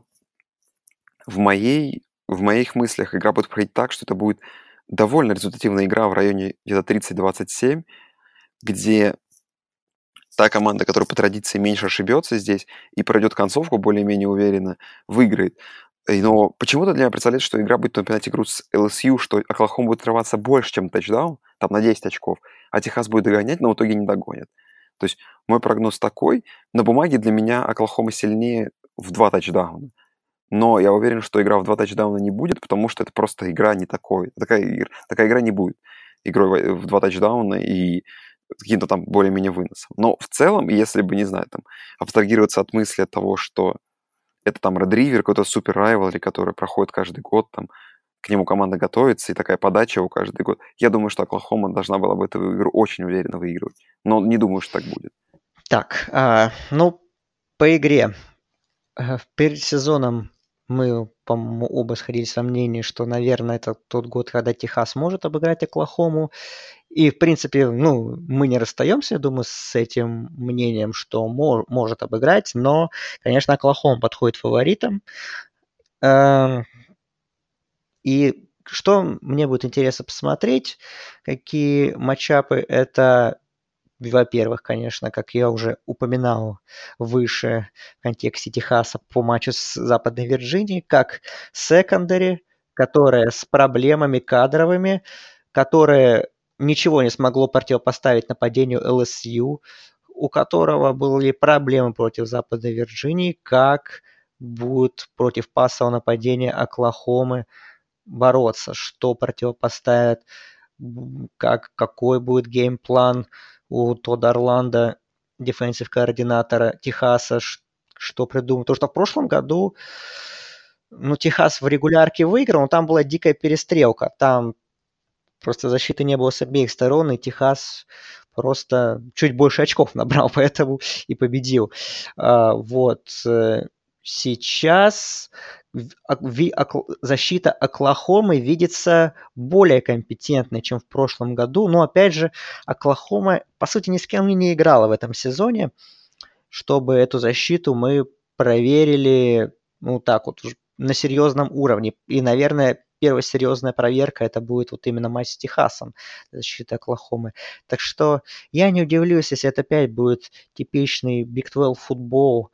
в моих мыслях игра будет проходить так, что это будет довольно результативная игра в районе где-то 30-27, где та команда, которая по традиции меньше ошибется здесь и пройдет концовку более-менее уверенно, выиграет. Но почему-то для меня представляется, что игра будет напоминать игру с LSU, что Оклахома будет отрываться больше, чем тачдаун, там на 10 очков, а Техас будет догонять, но в итоге не догонит. То есть мой прогноз такой. На бумаге для меня Оклахома сильнее в 2 тачдауна. Но я уверен, что игра в 2 тачдауна не будет, потому что это просто игра не такой. Такая игра не будет игрой в 2 тачдауна и каким-то там более-менее выносом. Но в целом, если бы, не знаю, там, абстрагироваться от мысли от того, что это там Red River, какой-то супер райвелри, который проходит каждый год, там, к нему команда готовится, и такая подача его каждый год. Я думаю, что Оклахома должна была бы эту игру очень уверенно выигрывать. Но не думаю, что так будет. Так, ну, по игре. Перед сезоном мы, по-моему, оба сходились во мнении, что, наверное, это тот год, когда Техас может обыграть Оклахому. И, в принципе, ну, мы не расстаемся, я думаю, с этим мнением, что может обыграть, но, конечно, Оклахома подходит фаворитом. И что мне будет интересно посмотреть, какие матчапы, это, во-первых, конечно, как я уже упоминал выше в контексте Техаса по матчу с Западной Вирджинией, как секондари, которая с проблемами кадровыми, которая ничего не смогло противопоставить нападению ЛСЮ, у которого были проблемы против Западной Вирджинии, как будет против пассового нападения Оклахомы бороться, что противопоставят, какой будет геймплан у Тодда Орландо, дефенсив координатора Техаса, что придумать. Потому что в прошлом году, ну, Техас в регулярке выиграл, но там была дикая перестрелка. Там просто защиты не было с обеих сторон, и Техас просто чуть больше очков набрал, поэтому и победил. Вот. Сейчас защита Оклахомы видится более компетентной, чем в прошлом году. Но, опять же, Оклахома, по сути, ни с кем не играла в этом сезоне, чтобы эту защиту мы проверили, ну, так вот, на серьезном уровне. И, наверное, первая серьезная проверка это будет вот именно матч с Техасом, защита Оклахомы. Так что я не удивлюсь, если это опять будет типичный Big 12 футбол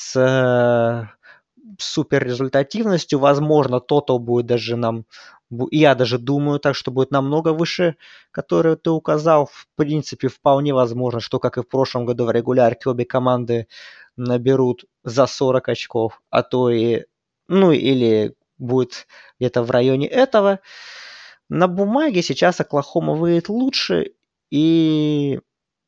с супер результативностью. Возможно, тотал будет даже нам, я даже думаю так, что будет намного выше, который ты указал. В принципе, вполне возможно, что, как и в прошлом году в регулярке, обе команды наберут за 40 очков, а то и, ну, или будет где-то в районе этого. На бумаге сейчас Оклахома выйдет лучше, и,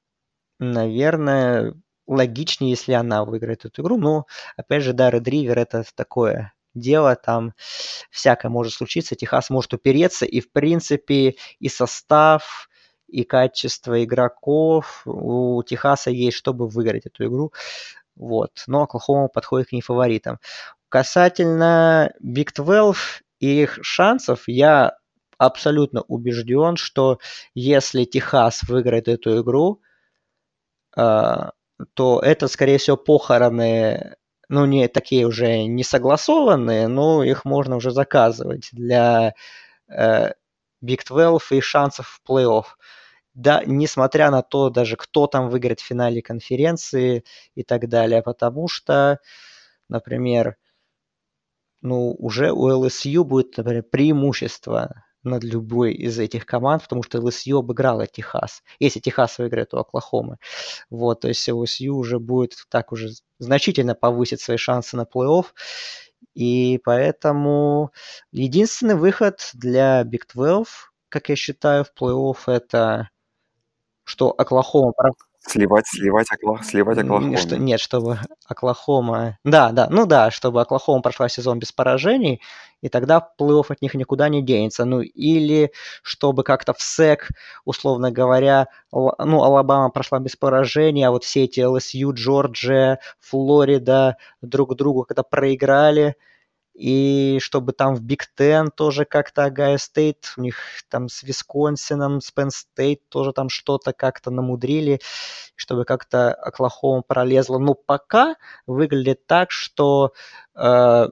наверное, логичнее, если она выиграет эту игру. Но, опять же, да, Red River это такое дело, там всякое может случиться, Техас может упереться, и, в принципе, и состав, и качество игроков у Техаса есть, чтобы выиграть эту игру. Вот. Но Оклахома подходит к ней фаворитом. Касательно Big 12 и их шансов, я абсолютно убежден, что если Техас выиграет эту игру, то это, скорее всего, похороны, ну, не такие уже не согласованные, но их можно уже заказывать для Big 12 и шансов в плей-офф. Да, несмотря на то, даже кто там выиграет в финале конференции и так далее, потому что, например, ну, уже у LSU будет, например, преимущество над любой из этих команд, потому что LSU обыграла Техас. Если Техас выиграет у Оклахомы. Вот, то есть LSU уже будет так уже значительно повысить свои шансы на плей-офф. И поэтому единственный выход для Big 12, как я считаю, в плей-офф, это что Оклахома Сливать Что, Оклахоме. нет, чтобы Оклахома... Да, чтобы Оклахома прошла сезон без поражений, и тогда плей-офф от них никуда не денется. Ну, или чтобы как-то в СЭК, условно говоря, Алабама прошла без поражений, а вот все эти ЛСЮ, Джорджия, Флорида друг другу когда проиграли, и чтобы там в Биг Тен тоже как-то Огайо Стейт, у них там с Висконсином, с Пенн Стейт тоже там что-то как-то намудрили, чтобы как-то Оклахома пролезла. Но пока выглядит так, что Big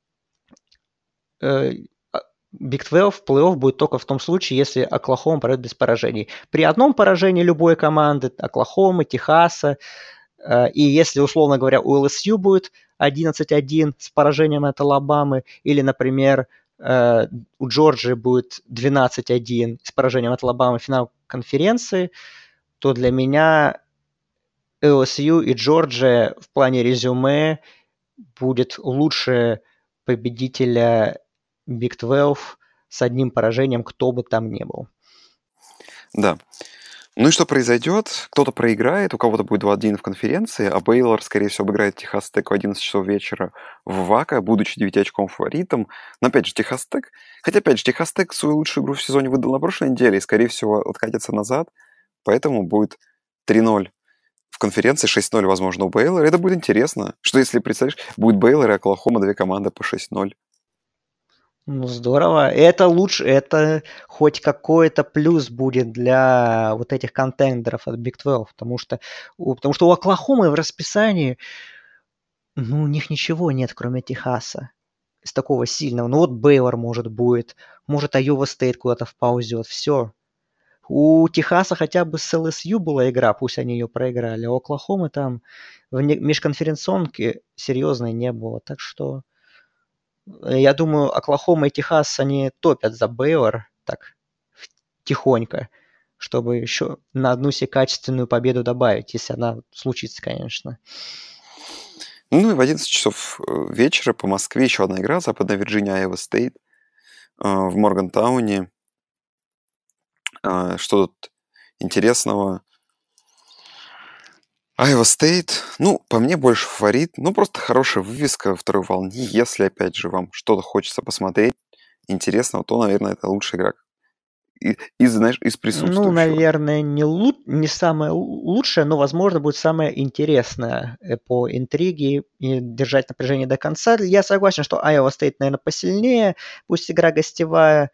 12 в плей-офф будет только в том случае, если Оклахома пройдет без поражений. При одном поражении любой команды, Оклахомы, Техаса, и если, условно говоря, у ЛСЮ будет 11-1 с поражением от Алабамы, или, например, у Джорджии будет 12-1 с поражением от Алабамы в финал конференции, то для меня ЛСЮ и Джорджия в плане резюме будет лучше победителя Big 12 с одним поражением, кто бы там ни был. Да. Ну и что произойдет? Кто-то проиграет, у кого-то будет 2-1 в конференции, а Бейлор, скорее всего, обыграет Техас Тек в 11 часов вечера в ВАКа, будучи 9-очковым фаворитом. Но опять же, Техас Тек... Хотя, опять же, Техас Тек свою лучшую игру в сезоне выдал на прошлой неделе и, скорее всего, откатится назад. Поэтому будет 3-0 в конференции, 6-0, возможно, у Бейлора. Это будет интересно. Что если, представляешь, будет Бейлор и Оклахома, две команды по 6-0. Ну, здорово. Это лучше, это хоть какой-то плюс будет для вот этих контендеров от Big 12, потому что у Оклахомы в расписании, ну, у них ничего нет, кроме Техаса. Из такого сильного. Ну, вот Бейлор, может, будет. Может, Айова Стейт куда-то вползет. Все. У Техаса хотя бы с ЛСЮ была игра, пусть они ее проиграли. А у Оклахомы там в межконференционке серьезной не было. Так что я думаю, Оклахома и Техас, они топят за Бейлор так тихонько, чтобы еще на одну себе качественную победу добавить, если она случится, конечно. Ну и в 11 часов вечера по Москве еще одна игра. Западная Вирджиния, Айова Стейт в Моргантауне. Что тут интересного? Айова Стейт, ну, по мне больше фаворит. Ну, просто хорошая вывеска второй волны. Если, опять же, вам что-то хочется посмотреть интересного, то, наверное, это лучшая игра знаешь, из присутствующего. Ну, наверное, не самая лучшая, но, возможно, будет самая интересная по интриге и держать напряжение до конца. Я согласен, что Айова Стейт, наверное, посильнее, пусть игра гостевая.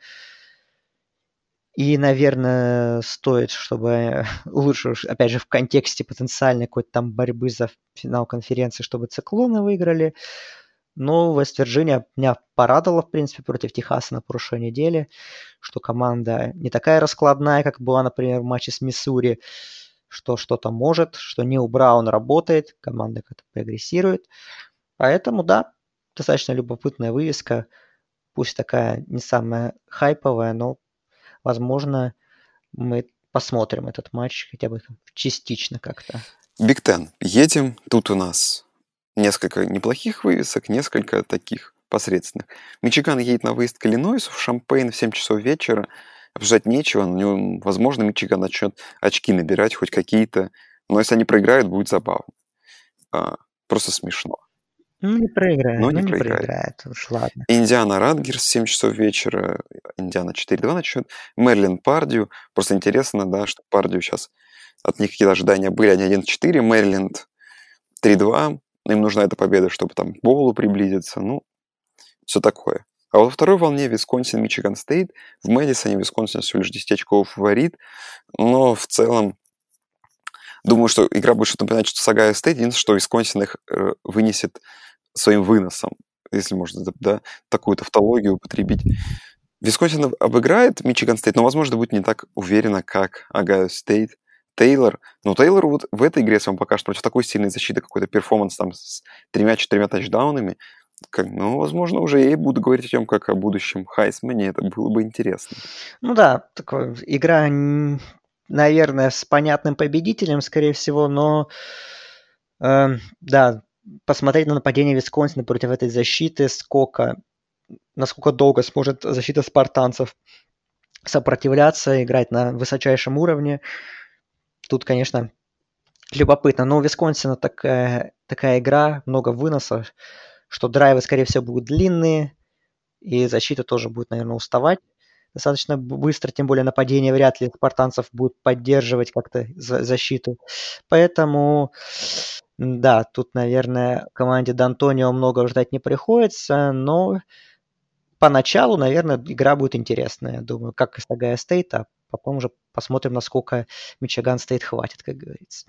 И, наверное, стоит, чтобы лучше, опять же, в контексте потенциальной какой-то там борьбы за финал конференции, чтобы циклоны выиграли. Но Вест-Вирджиния меня порадовала, в принципе, против Техаса на прошлой неделе, что команда не такая раскладная, как была, например, в матче с Миссури, что что-то может, что Нил Браун работает, команда как-то прогрессирует. Поэтому, да, достаточно любопытная вывеска, пусть такая не самая хайповая, но, возможно, мы посмотрим этот матч хотя бы частично как-то. Биг Тен. Едем. Тут у нас несколько неплохих вывесок, несколько таких посредственных. Мичиган едет на выезд к Иллинойсу в Шампейн в 7 часов вечера. Обсуждать нечего. Но, возможно, Мичиган начнет очки набирать хоть какие-то. Но если они проиграют, будет забавно. Просто смешно. Ну, не проиграет. Но не не проиграет. Уж ладно. Индиана Радгерс в 7 часов вечера. Индиана 4-2 начнет. Мэриленд Пардью. Просто интересно, да, что Пардью сейчас... От них какие-то ожидания были. Они 1-4. Мэриленд 3-2. Им нужна эта победа, чтобы там к Боулу приблизиться. Ну, все такое. А вот во второй волне Висконсин, Мичиган Стейт. В Мэдисоне Висконсин всего лишь 10-очковый фаворит. Но в целом думаю, что игра будет что-то напоминать что с Огайо Стейт. Единственное, что Висконсин их вынесет своим выносом, если можно, да, такую тавтологию употребить. Висконсин обыграет Мичиган Стейт, но, возможно, будет не так уверенно, как Огайо Стейт. Тейлор. Но Тейлор вот в этой игре, если он покажет против такой сильной защиты какой-то перформанс там с 3-4 тачдаунами, возможно, уже и буду говорить о том, как о будущем Хайсмане. Это было бы интересно. Ну да, такая игра, наверное, с понятным победителем, скорее всего, но да, посмотреть на нападение Висконсина против этой защиты, насколько долго сможет защита спартанцев сопротивляться, играть на высочайшем уровне. Тут, конечно, любопытно. Но у Висконсина такая игра, много выносов, что драйвы, скорее всего, будут длинные, и защита тоже будет, наверное, уставать достаточно быстро, тем более нападение вряд ли спартанцев будут поддерживать как-то защиту. Поэтому, да, тут, наверное, команде Д'Антонио много ждать не приходится, но поначалу, наверное, игра будет интересная, я думаю, как и с Огайо Стейт, а потом уже посмотрим, насколько Мичиган Стейт хватит, как говорится.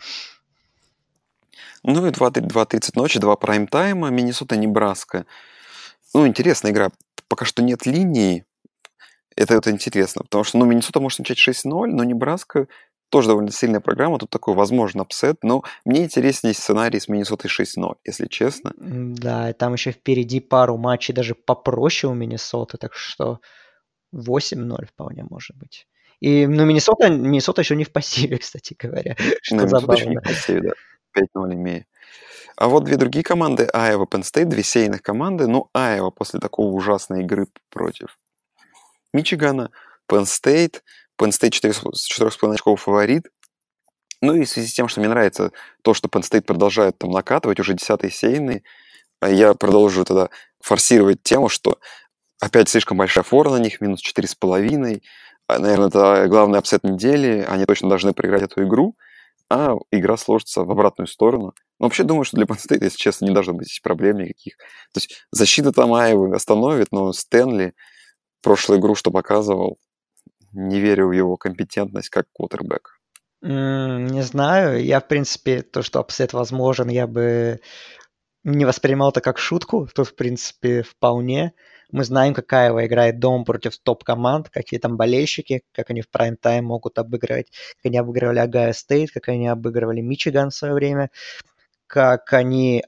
Ну и 2:30 ночи, 2 прайм-тайма, Миннесота, Небраска. Интересная игра. Пока что нет линии. Это интересно, потому что, Миннесота может начать 6-0, но Небраска тоже довольно сильная программа. Тут такой, возможно, апсет, но мне интереснее сценарий с Миннесотой 6-0, если честно. Да, и там еще впереди пару матчей даже попроще у Миннесоты, так что 8-0 вполне может быть. И, Миннесота еще не в пассиве, кстати говоря, что Миннесота еще не забавно. в пассиве, да. 5-0 имея. А вот две другие команды, Айова, Penn State, две сейных команды. Айова после такой ужасной игры против Мичигана, Penn State 4,5 очков фаворит. И в связи с тем, что мне нравится то, что Penn State продолжает там накатывать, уже 10-й сейный, я продолжу тогда форсировать тему, что опять слишком большая фора на них, минус 4,5. Наверное, это главный апсет недели. Они точно должны проиграть эту игру, а игра сложится в обратную сторону. Но вообще думаю, что для Penn State, если честно, не должно быть проблем никаких. То есть защита там Айовы остановит, но Стэнли прошлую игру, что показывал, не верю в его компетентность как квотербэк. Не знаю. Я, в принципе, то, что апсет возможен, я бы не воспринимал это как шутку. Тут, в принципе, вполне. Мы знаем, как Айова играет дома против топ-команд, какие там болельщики, как они в прайм-тайм могут обыграть, как они обыгрывали Огайо Стейт, как они обыгрывали Мичиган в свое время, как они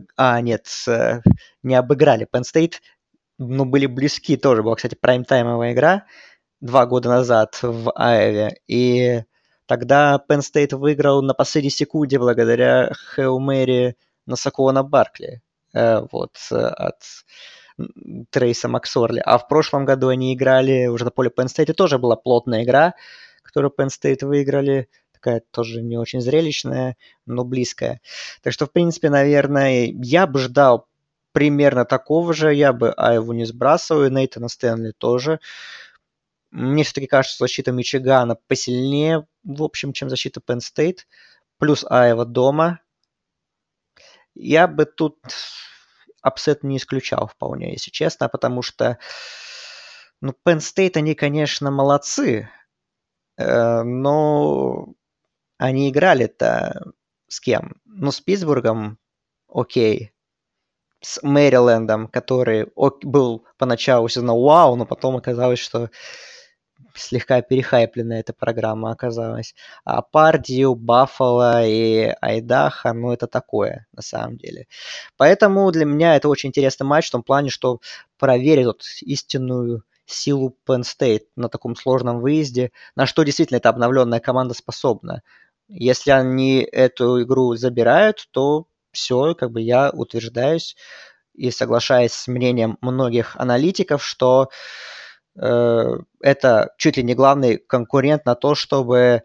не обыграли Penn State, были близки тоже. Была, кстати, прайм-таймовая игра 2 года назад в Айове, и тогда Penn State выиграл на последней секунде благодаря Хейл Мэри на Сакуона Баркли от Трейса Максорли. А в прошлом году они играли уже на поле Penn State, и тоже была плотная игра, которую Penn State выиграли. Такая тоже не очень зрелищная, но близкая. Так что, в принципе, наверное, я бы ждал примерно такого же. Я бы Айву не сбрасывал, и Нейтана Стэнли тоже. Мне все-таки кажется, что защита Мичигана посильнее, в общем, чем защита Penn State. Плюс Айва дома. Я бы тут апсет не исключал вполне, если честно, потому что Penn State, они, конечно, молодцы, но они играли-то с кем? С Питтсбургом, окей. С Мэрилендом, который был поначалу сезона вау, но потом оказалось, что слегка перехайпленная эта программа оказалась. А Пардью, Баффало и Айдахо, это такое на самом деле. Поэтому для меня это очень интересный матч в том плане, что проверит истинную силу Penn State на таком сложном выезде, на что действительно эта обновленная команда способна. Если они эту игру забирают, то все, я утверждаюсь и соглашаюсь с мнением многих аналитиков, что это чуть ли не главный конкурент на то, чтобы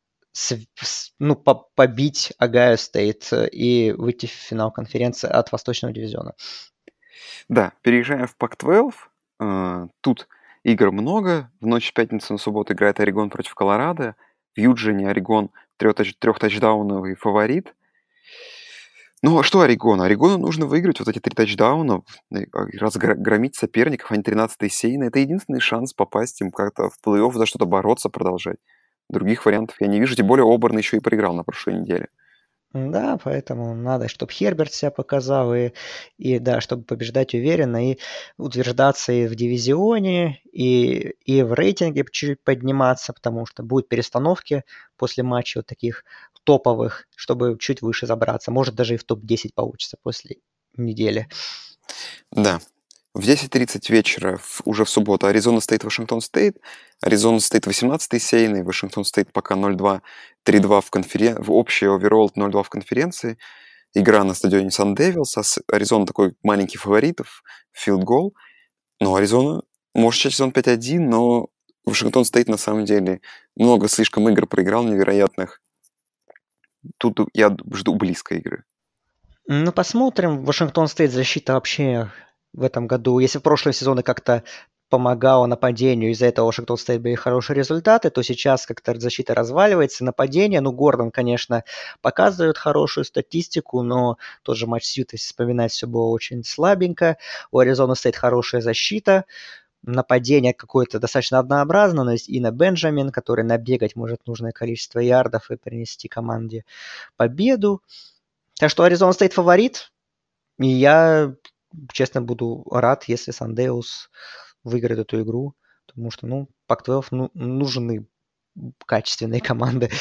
побить Огайо Стейт и выйти в финал конференции от Восточного дивизиона. Да, переезжаем в Пак-12. Тут игр много. В ночь с пятницы на субботу играет Орегон против Колорадо. В Юджине Орегон 3-тачдауновый фаворит. Ну, а что Орегону? Орегону нужно выиграть вот эти 3 тачдауна, разгромить соперников, они 13-й сейны. Это единственный шанс попасть им как-то в плей-офф, за что-то бороться, продолжать. Других вариантов я не вижу, тем более Оберн еще и проиграл на прошлой неделе. Да, поэтому надо, чтобы Херберт себя показал, и да, чтобы побеждать уверенно, и утверждаться и в дивизионе, и в рейтинге чуть-чуть подниматься, потому что будут перестановки после матчей вот таких топовых, чтобы чуть выше забраться. Может, даже и в топ-10 получится после недели. Да. В 10:30 вечера, уже в субботу, Аризона Стейт, Вашингтон Стейт. Аризона Стейт 18-й сейный, Вашингтон Стейт пока 0-2, 3-2 в общий оверолл 0-2 в конференции. Игра на стадионе Сан-Девилс, Аризона такой маленький фаворит, филд-гол. Но Аризона может считать сезон 5-1, но Вашингтон Стейт на самом деле много слишком игр проиграл невероятных. Тут я жду близкой игры. Ну, посмотрим. Вашингтон Стейт защита вообще в этом году. Если в прошлые сезоны как-то помогала нападению, из-за этого Вашингтон Стейт были хорошие результаты, то сейчас как-то защита разваливается, нападение. Ну, Гордон, конечно, показывает хорошую статистику, но тот же матч с Ютой, если вспоминать, все было очень слабенько. У Аризоны Стейт хорошая защита. Нападение какое-то достаточно однообразно, но есть Ина Бенджамин, который набегать может нужное количество ярдов и принести команде победу. Так что Аризона Стейт фаворит, и я, честно, буду рад, если Сан-Диэго выиграет эту игру, потому что, ну, Пак-12 нужны качественные команды.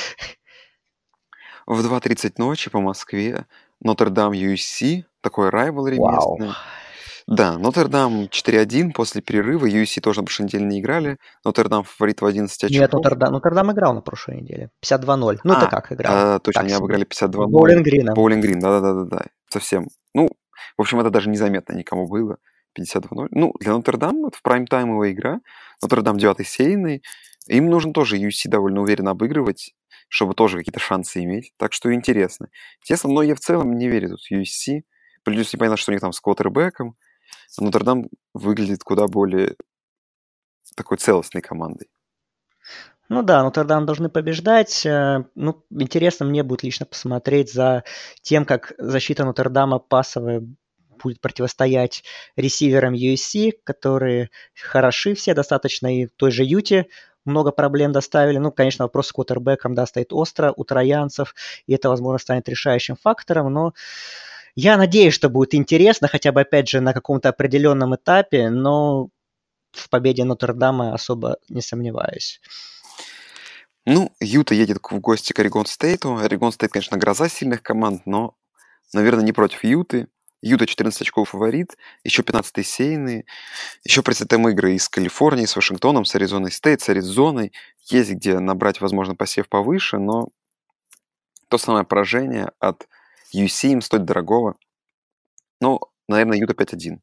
В 2:30 ночи по Москве Нотр-Дам USC, такой райвелри местный. Да, Нотр-Дам 4-1 после перерыва, USC тоже на прошлой неделе не играли. Нотр-Дам фаворит в 11 очков. Нет, Нотр-Дам играл на прошлой неделе. 52-0. Ну, это как играл? Да, точно, так они себе. обыграли 52-0. Боулинг Грином. Боулинг Грин, да, совсем. Ну, в общем, это даже незаметно никому было. 52-0. Ну, для Нотр-Дам это в прайм-таймовая игра. Нотр-Дам 9-й сейный. Им нужно тоже USC довольно уверенно обыгрывать, чтобы тоже какие-то шансы иметь. Так что интересно. Естественно, но я в целом не верю тут в USC. Плюс непонятно, что у них там с квотербеком. Нотр-Дам выглядит куда более такой целостной командой. Ну да, Нотр-Дам должны побеждать. Ну, интересно мне будет лично посмотреть за тем, как защита Нотр-Дама пасовая будет противостоять ресиверам USC, которые хороши все достаточно, и той же Юте много проблем доставили. Ну, конечно, вопрос с квотербеком, да, стоит остро у троянцев, и это, возможно, станет решающим фактором, но я надеюсь, что будет интересно, хотя бы, опять же, на каком-то определенном этапе, но в победе Нотр-Дама особо не сомневаюсь. Ну, Юта едет в гости к Орегон Стейту. Орегон Стейт, конечно, гроза сильных команд, но, наверное, не против Юты. Юта 14 очков фаворит, еще 15-й сейный, еще предстоят игры из Калифорнии, с Вашингтоном, с Аризоной Стейт, с Аризоной. Есть где набрать, возможно, посев повыше, но то самое поражение от UC им стоит дорогого. Ну, наверное, Юта 5-1.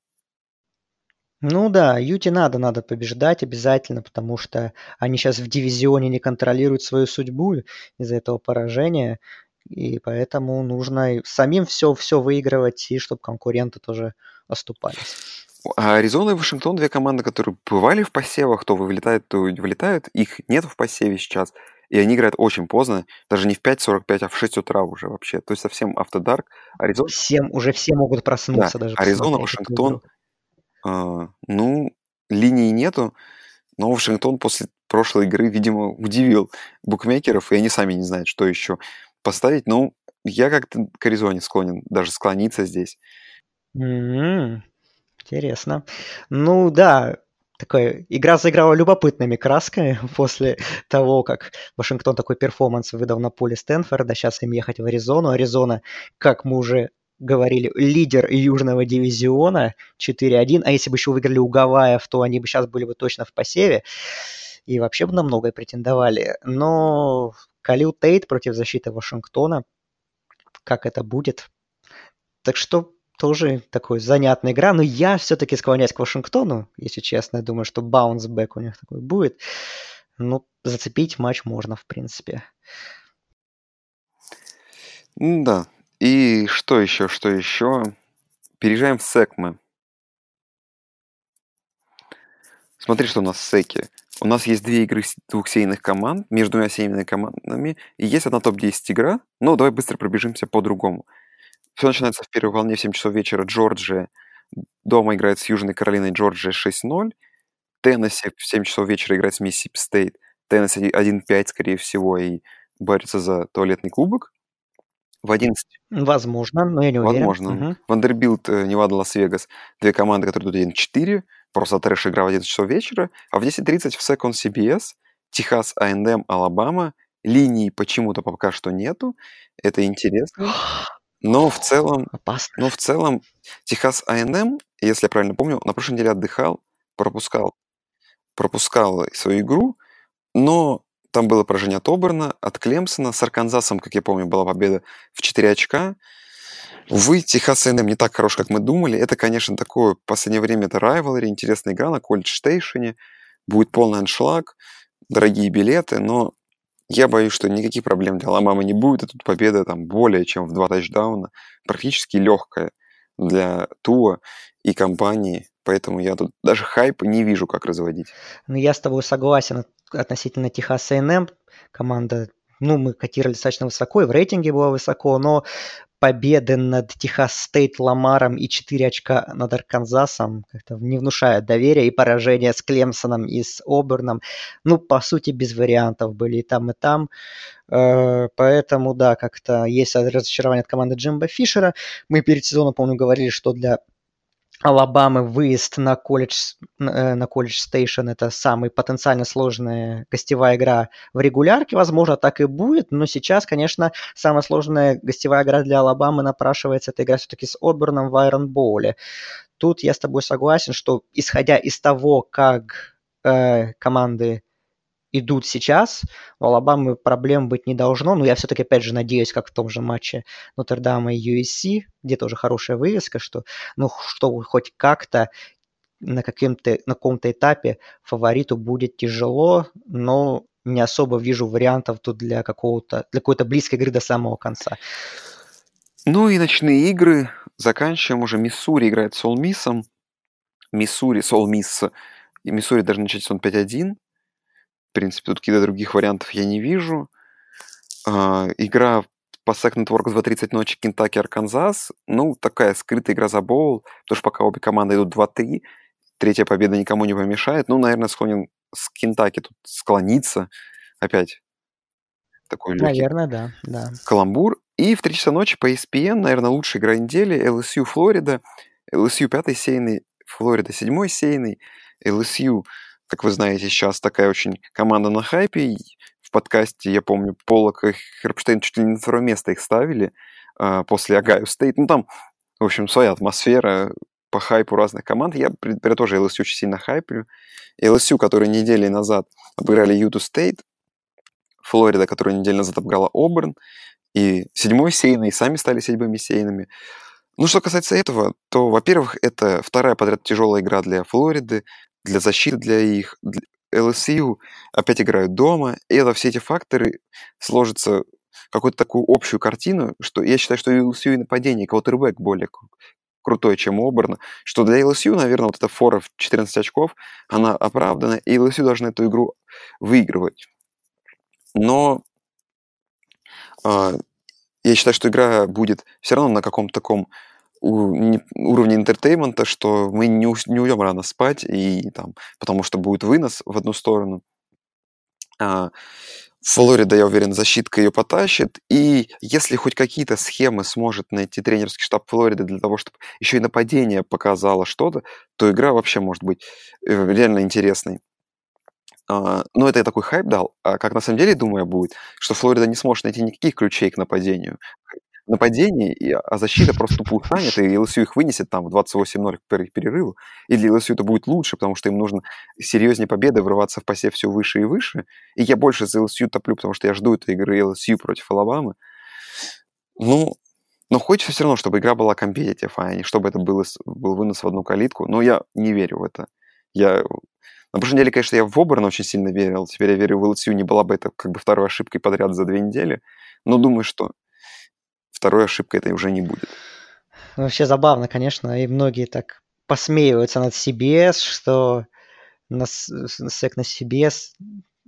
Ну да, Юте надо побеждать обязательно, потому что они сейчас в дивизионе не контролируют свою судьбу из-за этого поражения, и поэтому нужно самим все выигрывать, и чтобы конкуренты тоже оступались. А Аризона и Вашингтон — две команды, которые бывали в посевах, то вылетают, то вылетают. Их нет в посеве сейчас, и они играют очень поздно, даже не в 5:45, а в 6 утра уже вообще. То есть совсем after dark. Аризона... Уже все могут проснуться Да, даже Аризона, посмотреть эту Вашингтон, игру. ну, линии нету, но Вашингтон после прошлой игры, видимо, удивил букмекеров, и они сами не знают, что еще поставить. Ну, я как-то к Аризоне склонен даже склониться здесь. Интересно. Ну да, такая игра заиграла любопытными красками после того, как Вашингтон такой перформанс выдал на поле Стэнфорда. Сейчас им ехать в Аризону. Аризона, как мы уже говорили, лидер Южного дивизиона 4-1. А если бы еще выиграли у Гавайев, то они бы сейчас были бы точно в посеве. И вообще бы на многое претендовали. Но Калил Тейт против защиты Вашингтона. Как это будет? Так что тоже такой занятная игра, но я все-таки склоняюсь к Вашингтону, если честно. Я думаю, что баунс-бэк у них такой будет. Ну, зацепить матч можно, в принципе. Да. И что еще? Переезжаем в Секмы. Смотри, что у нас в Секе. У нас есть две игры двухсейных команд, между двумя сейными командами, и есть одна топ-10 игра. Ну, давай быстро пробежимся по-другому. Все начинается в первой волне в 7 часов вечера. Джорджия дома играет с Южной Каролиной, Джорджия 6-0. Теннесси в 7 часов вечера играет с Миссисипи Стейт. Теннесси 1-5, скорее всего, и борется за туалетный кубок. В 11. Возможно, но я не уверен. Возможно. Вандербилт, Невада, Лас-Вегас. Две команды, которые идут 1-4. Просто трэш игра в 11 часов вечера. А в 10:30 в Second CBS Техас A&M, Алабама. Линий почему-то пока что нету. Это интересно. Но в целом, Опасно. Техас A&M, если я правильно помню, на прошлой неделе отдыхал, пропускал свою игру, но там было поражение от Оберна, от Клемсона. С Арканзасом, как я помню, была победа в 4 очка. Увы, Техас A&M не так хорош, как мы думали. Это, конечно, такое, в последнее время это rivalry, интересная игра на колледж-стейшене. Будет полный аншлаг, дорогие билеты, но я боюсь, что никаких проблем для Алабамы не будет. И тут победа там более чем в 2 тачдауна. Практически легкая для Туа и компании. Поэтому я тут даже хайп не вижу, как разводить. Ну, я с тобой согласен относительно Техас A&M. Команда, мы котировали достаточно высоко, и в рейтинге было высоко, но победы над Техас Стейт, Ламаром и 4 очка над Арканзасом как-то не внушают доверия, и поражение с Клемсоном и с Оберном, по сути, без вариантов были и там, и там. Поэтому, да, как-то есть разочарование от команды Джимба Фишера. Мы перед сезоном, помню, говорили, что для Алабамы выезд на колледж стейшн это самая потенциально сложная гостевая игра в регулярке. Возможно, так и будет, но сейчас, конечно, самая сложная гостевая игра для Алабамы напрашивается. Это игра все-таки с Оберном в Айрон Боуле. Тут я с тобой согласен, что исходя из того, как команды идут сейчас, у Алабамы проблем быть не должно, но я все-таки, опять же, надеюсь, как в том же матче Нотр-Дама и USC, где тоже хорошая вывеска, что хоть как-то на каком-то этапе фавориту будет тяжело, но не особо вижу вариантов тут для какой-то близкой игры до самого конца. Ну и ночные игры. Заканчиваем уже. Миссури играет с Ол Миссом. Сол Мисс. И Миссури даже начать сезон 5-1. В принципе, тут каких-то других вариантов я не вижу. Игра по Sec Network в 2:30 ночи Кентаки, Арканзас. Такая скрытая игра за боул, потому что пока обе команды идут 2-3, третья победа никому не помешает. Наверное, склонен с Кентаки тут склониться. Опять такой легкий Наверное, да. каламбур. И в 3 часа ночи по ESPN, наверное, лучшая игра недели. LSU, Флорида. LSU 5-й сейный, Флорида 7-й сейный. LSU, как вы знаете, сейчас такая очень команда на хайпе. В подкасте, я помню, Поллок и Хербштейн чуть ли не на второе место их ставили после Огайо Стейт. Там, в общем, своя атмосфера по хайпу разных команд. Я тоже LSU очень сильно хайплю. LSU, которые недели назад обыграли Юту Стейт. Флорида, которая неделю назад обыграла Оберн. И 7-й сейный, сами стали 7-ми сейными. Что касается этого, то, во-первых, это вторая подряд тяжелая игра для Флориды, для защиты для их. LSU опять играют дома, и все эти факторы сложатся в какую-то такую общую картину, что я считаю, что у LSU и нападение, и квотербэк более крутой, чем у Оберна, что для LSU, наверное, вот эта фора в 14 очков, она оправдана, и LSU должны эту игру выигрывать. Но я считаю, что игра будет все равно на каком-то таком уровне интертеймента, что мы не уйдем рано спать, потому что будет вынос в одну сторону. Флорида, я уверен, защитка ее потащит. И если хоть какие-то схемы сможет найти тренерский штаб Флориды для того, чтобы еще и нападение показало что-то, то игра вообще может быть реально интересной. Но это я такой хайп дал. А как на самом деле, думаю, будет, что Флорида не сможет найти никаких ключей к нападению. Нападение, а защита просто тупо устанет, и LSU их вынесет там в 28-0 к перерыву. И для LSU это будет лучше, потому что им нужно серьезнее победы, врываться в посев все выше и выше. И я больше за LSU топлю, потому что я жду этой игры LSU против Алабамы. Но хочется все равно, чтобы игра была компетитив, а не чтобы это был вынос в одну калитку. Но я не верю в это. На прошлой неделе, конечно, я в Оберн очень сильно верил. Теперь я верю в LSU. Не была бы это как бы второй ошибкой подряд за 2 недели. Но думаю, что второй ошибкой это уже не будет. Вообще забавно, конечно. И многие так посмеиваются над CBS, что на SEC на CBS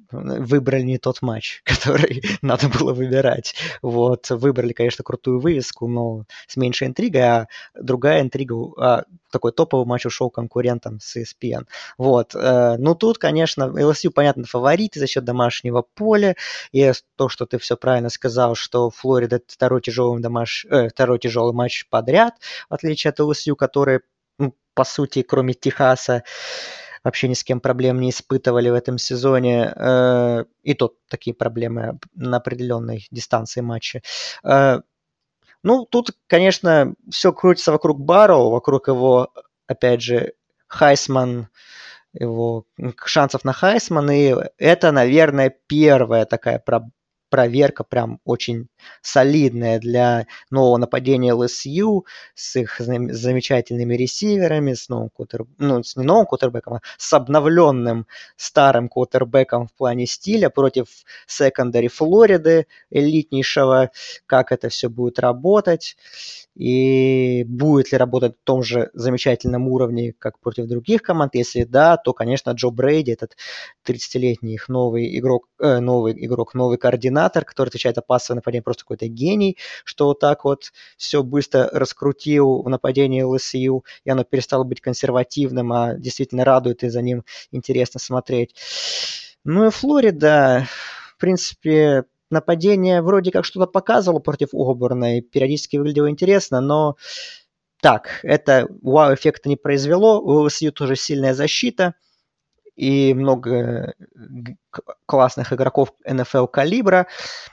выбрали не тот матч, который надо было выбирать. Вот. Выбрали, конечно, крутую вывеску, но с меньшей интригой, а другая интрига, такой топовый матч ушел конкурентам с ESPN. Вот. Ну, тут, конечно, LSU, понятно, фавориты за счет домашнего поля, и то, что ты все правильно сказал, что Флорида второй тяжелый матч подряд, в отличие от LSU, которые, по сути, кроме Техаса, вообще ни с кем проблем не испытывали в этом сезоне. И то такие проблемы на определенной дистанции матча. Ну, тут, конечно, все крутится вокруг Барроу, вокруг его, опять же, Хайсман, его шансов на Хайсман. И это, наверное, первая такая проверка прям очень солидная для нового нападения LSU с их замечательными ресиверами, с новым с не новым квотербеком, а с обновленным старым квотербеком в плане стиля против секондари Флориды, элитнейшего, как это все будет работать, и будет ли работать на том же замечательном уровне, как против других команд. Если да, то, конечно, Джо Брейди, этот 30-летний их новый координатор, который отвечает за пассовое нападение, просто какой-то гений, что вот так вот все быстро раскрутил в нападении LSU, и оно перестало быть консервативным, а действительно радует, и за ним интересно смотреть. Ну и Флорида, в принципе, нападение вроде как что-то показывало против Оберна и периодически выглядело интересно, но так, это вау-эффекта не произвело. У LSU тоже сильная защита и много классных игроков NFL калибра.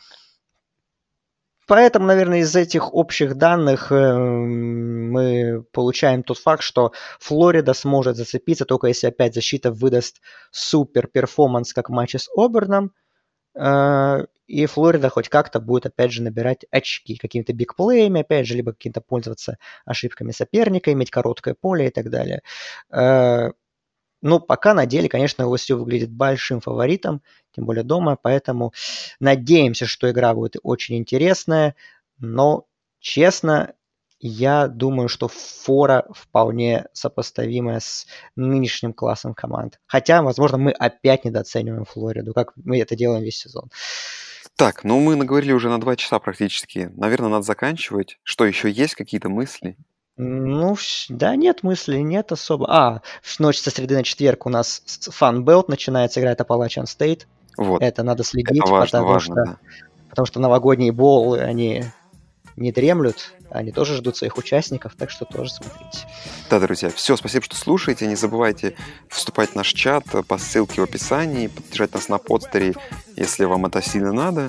Поэтому, наверное, из этих общих данных мы получаем тот факт, что Флорида сможет зацепиться, только если опять защита выдаст супер перформанс, как в матче с Оберном, и Флорида хоть как-то будет, опять же, набирать очки какими-то бигплеями, опять же, либо каким-то пользоваться ошибками соперника, иметь короткое поле и так далее. Ну, пока на деле, конечно, LSU выглядит большим фаворитом, тем более дома, поэтому надеемся, что игра будет очень интересная, но, честно, я думаю, что фора вполне сопоставимая с нынешним классом команд. Хотя, возможно, мы опять недооцениваем Флориду, как мы это делаем весь сезон. Так, ну мы наговорили уже на 2 часа практически. Наверное, надо заканчивать. Что, еще есть какие-то мысли? Ну, да, нет мыслей, нет особо. В ночь со среды на четверг у нас Fun Belt начинается, играет Appalachian State. Вот. Это надо следить, это важно, потому что новогодние боулы, они не дремлют, они тоже ждут своих участников, так что тоже смотрите. Да, друзья, все, спасибо, что слушаете. Не забывайте вступать в наш чат по ссылке в описании, поддержать нас на подстере, если вам это сильно надо.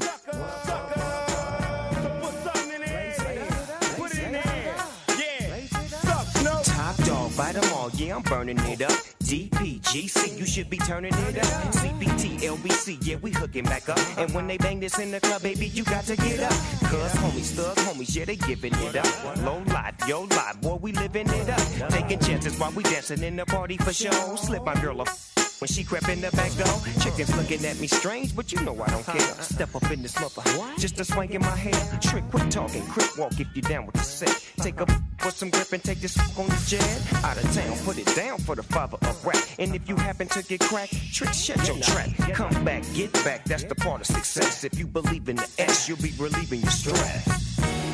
Yeah, I'm burning it up. DPGC, you should be turning it up. CPT, LBC, yeah, we hooking back up. And when they bang this in the club, baby, you got to get up. Cuz homies, thug homies, yeah, they giving it up. Low life, yo life, boy, we living it up. Taking chances while we dancing in the party for show. Slip my girl a when she crept in the back door. Chickens looking at me strange, but you know I don't care. Step up in this mother, just a swank in my hair. Trick, quit talking, quick walk if you down with the set. Take a put some grip and take this on the jet. Out of town, put it down for the father of rap. And if you happen to get cracked, Trick, shut your trap. Come back, get back, that's the part of success. If you believe in the S, you'll be relieving your stress.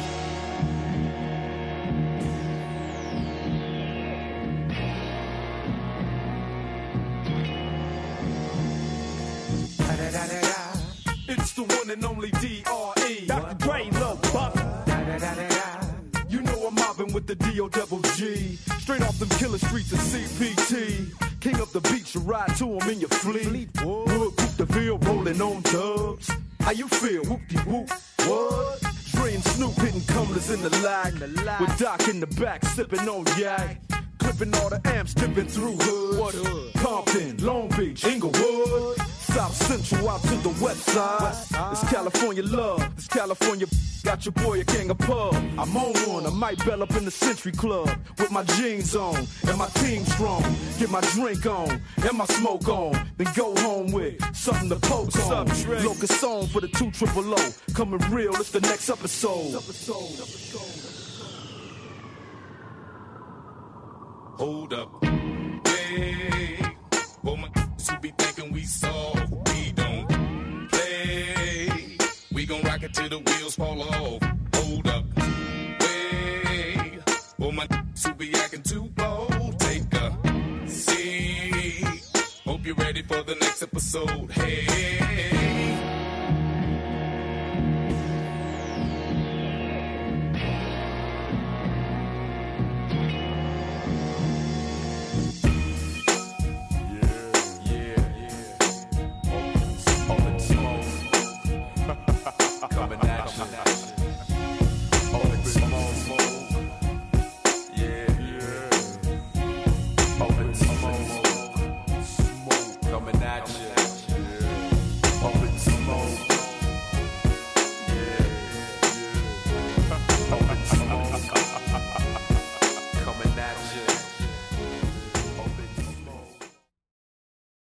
It's the one and only D.R.E. Dr. Dre, Lil Buck. You know I'm mobbing with the D.O.G. Straight off them killer streets of CPT. King up the beach, you ride to him in your fleet. Wood, Coupe de Ville, rolling on dubs. How you feel? Whoop-de-whoop. What? Dre and Snoop hitting cumblers in the lag. With Doc in the back, sipping on yak. Clipping all the amps, dipping through hoods. What hood? Compton, Long Beach, Inglewood. South Central out to the west side. It's California love. It's California. Got your boy a king of pub. I'm on one. I might bell up in the Century Club with my jeans on and my team strong. Get my drink on and my smoke on. Then go home with something to poke on. Locust song for the 200. Coming real. It's the next episode. Hold up. Hey, well, my who be thinking we soft, we don't right till the wheels fall off. Hold up, way, oh my who be acting too bold. Take a seat. Hope you're ready for the next episode. Hey.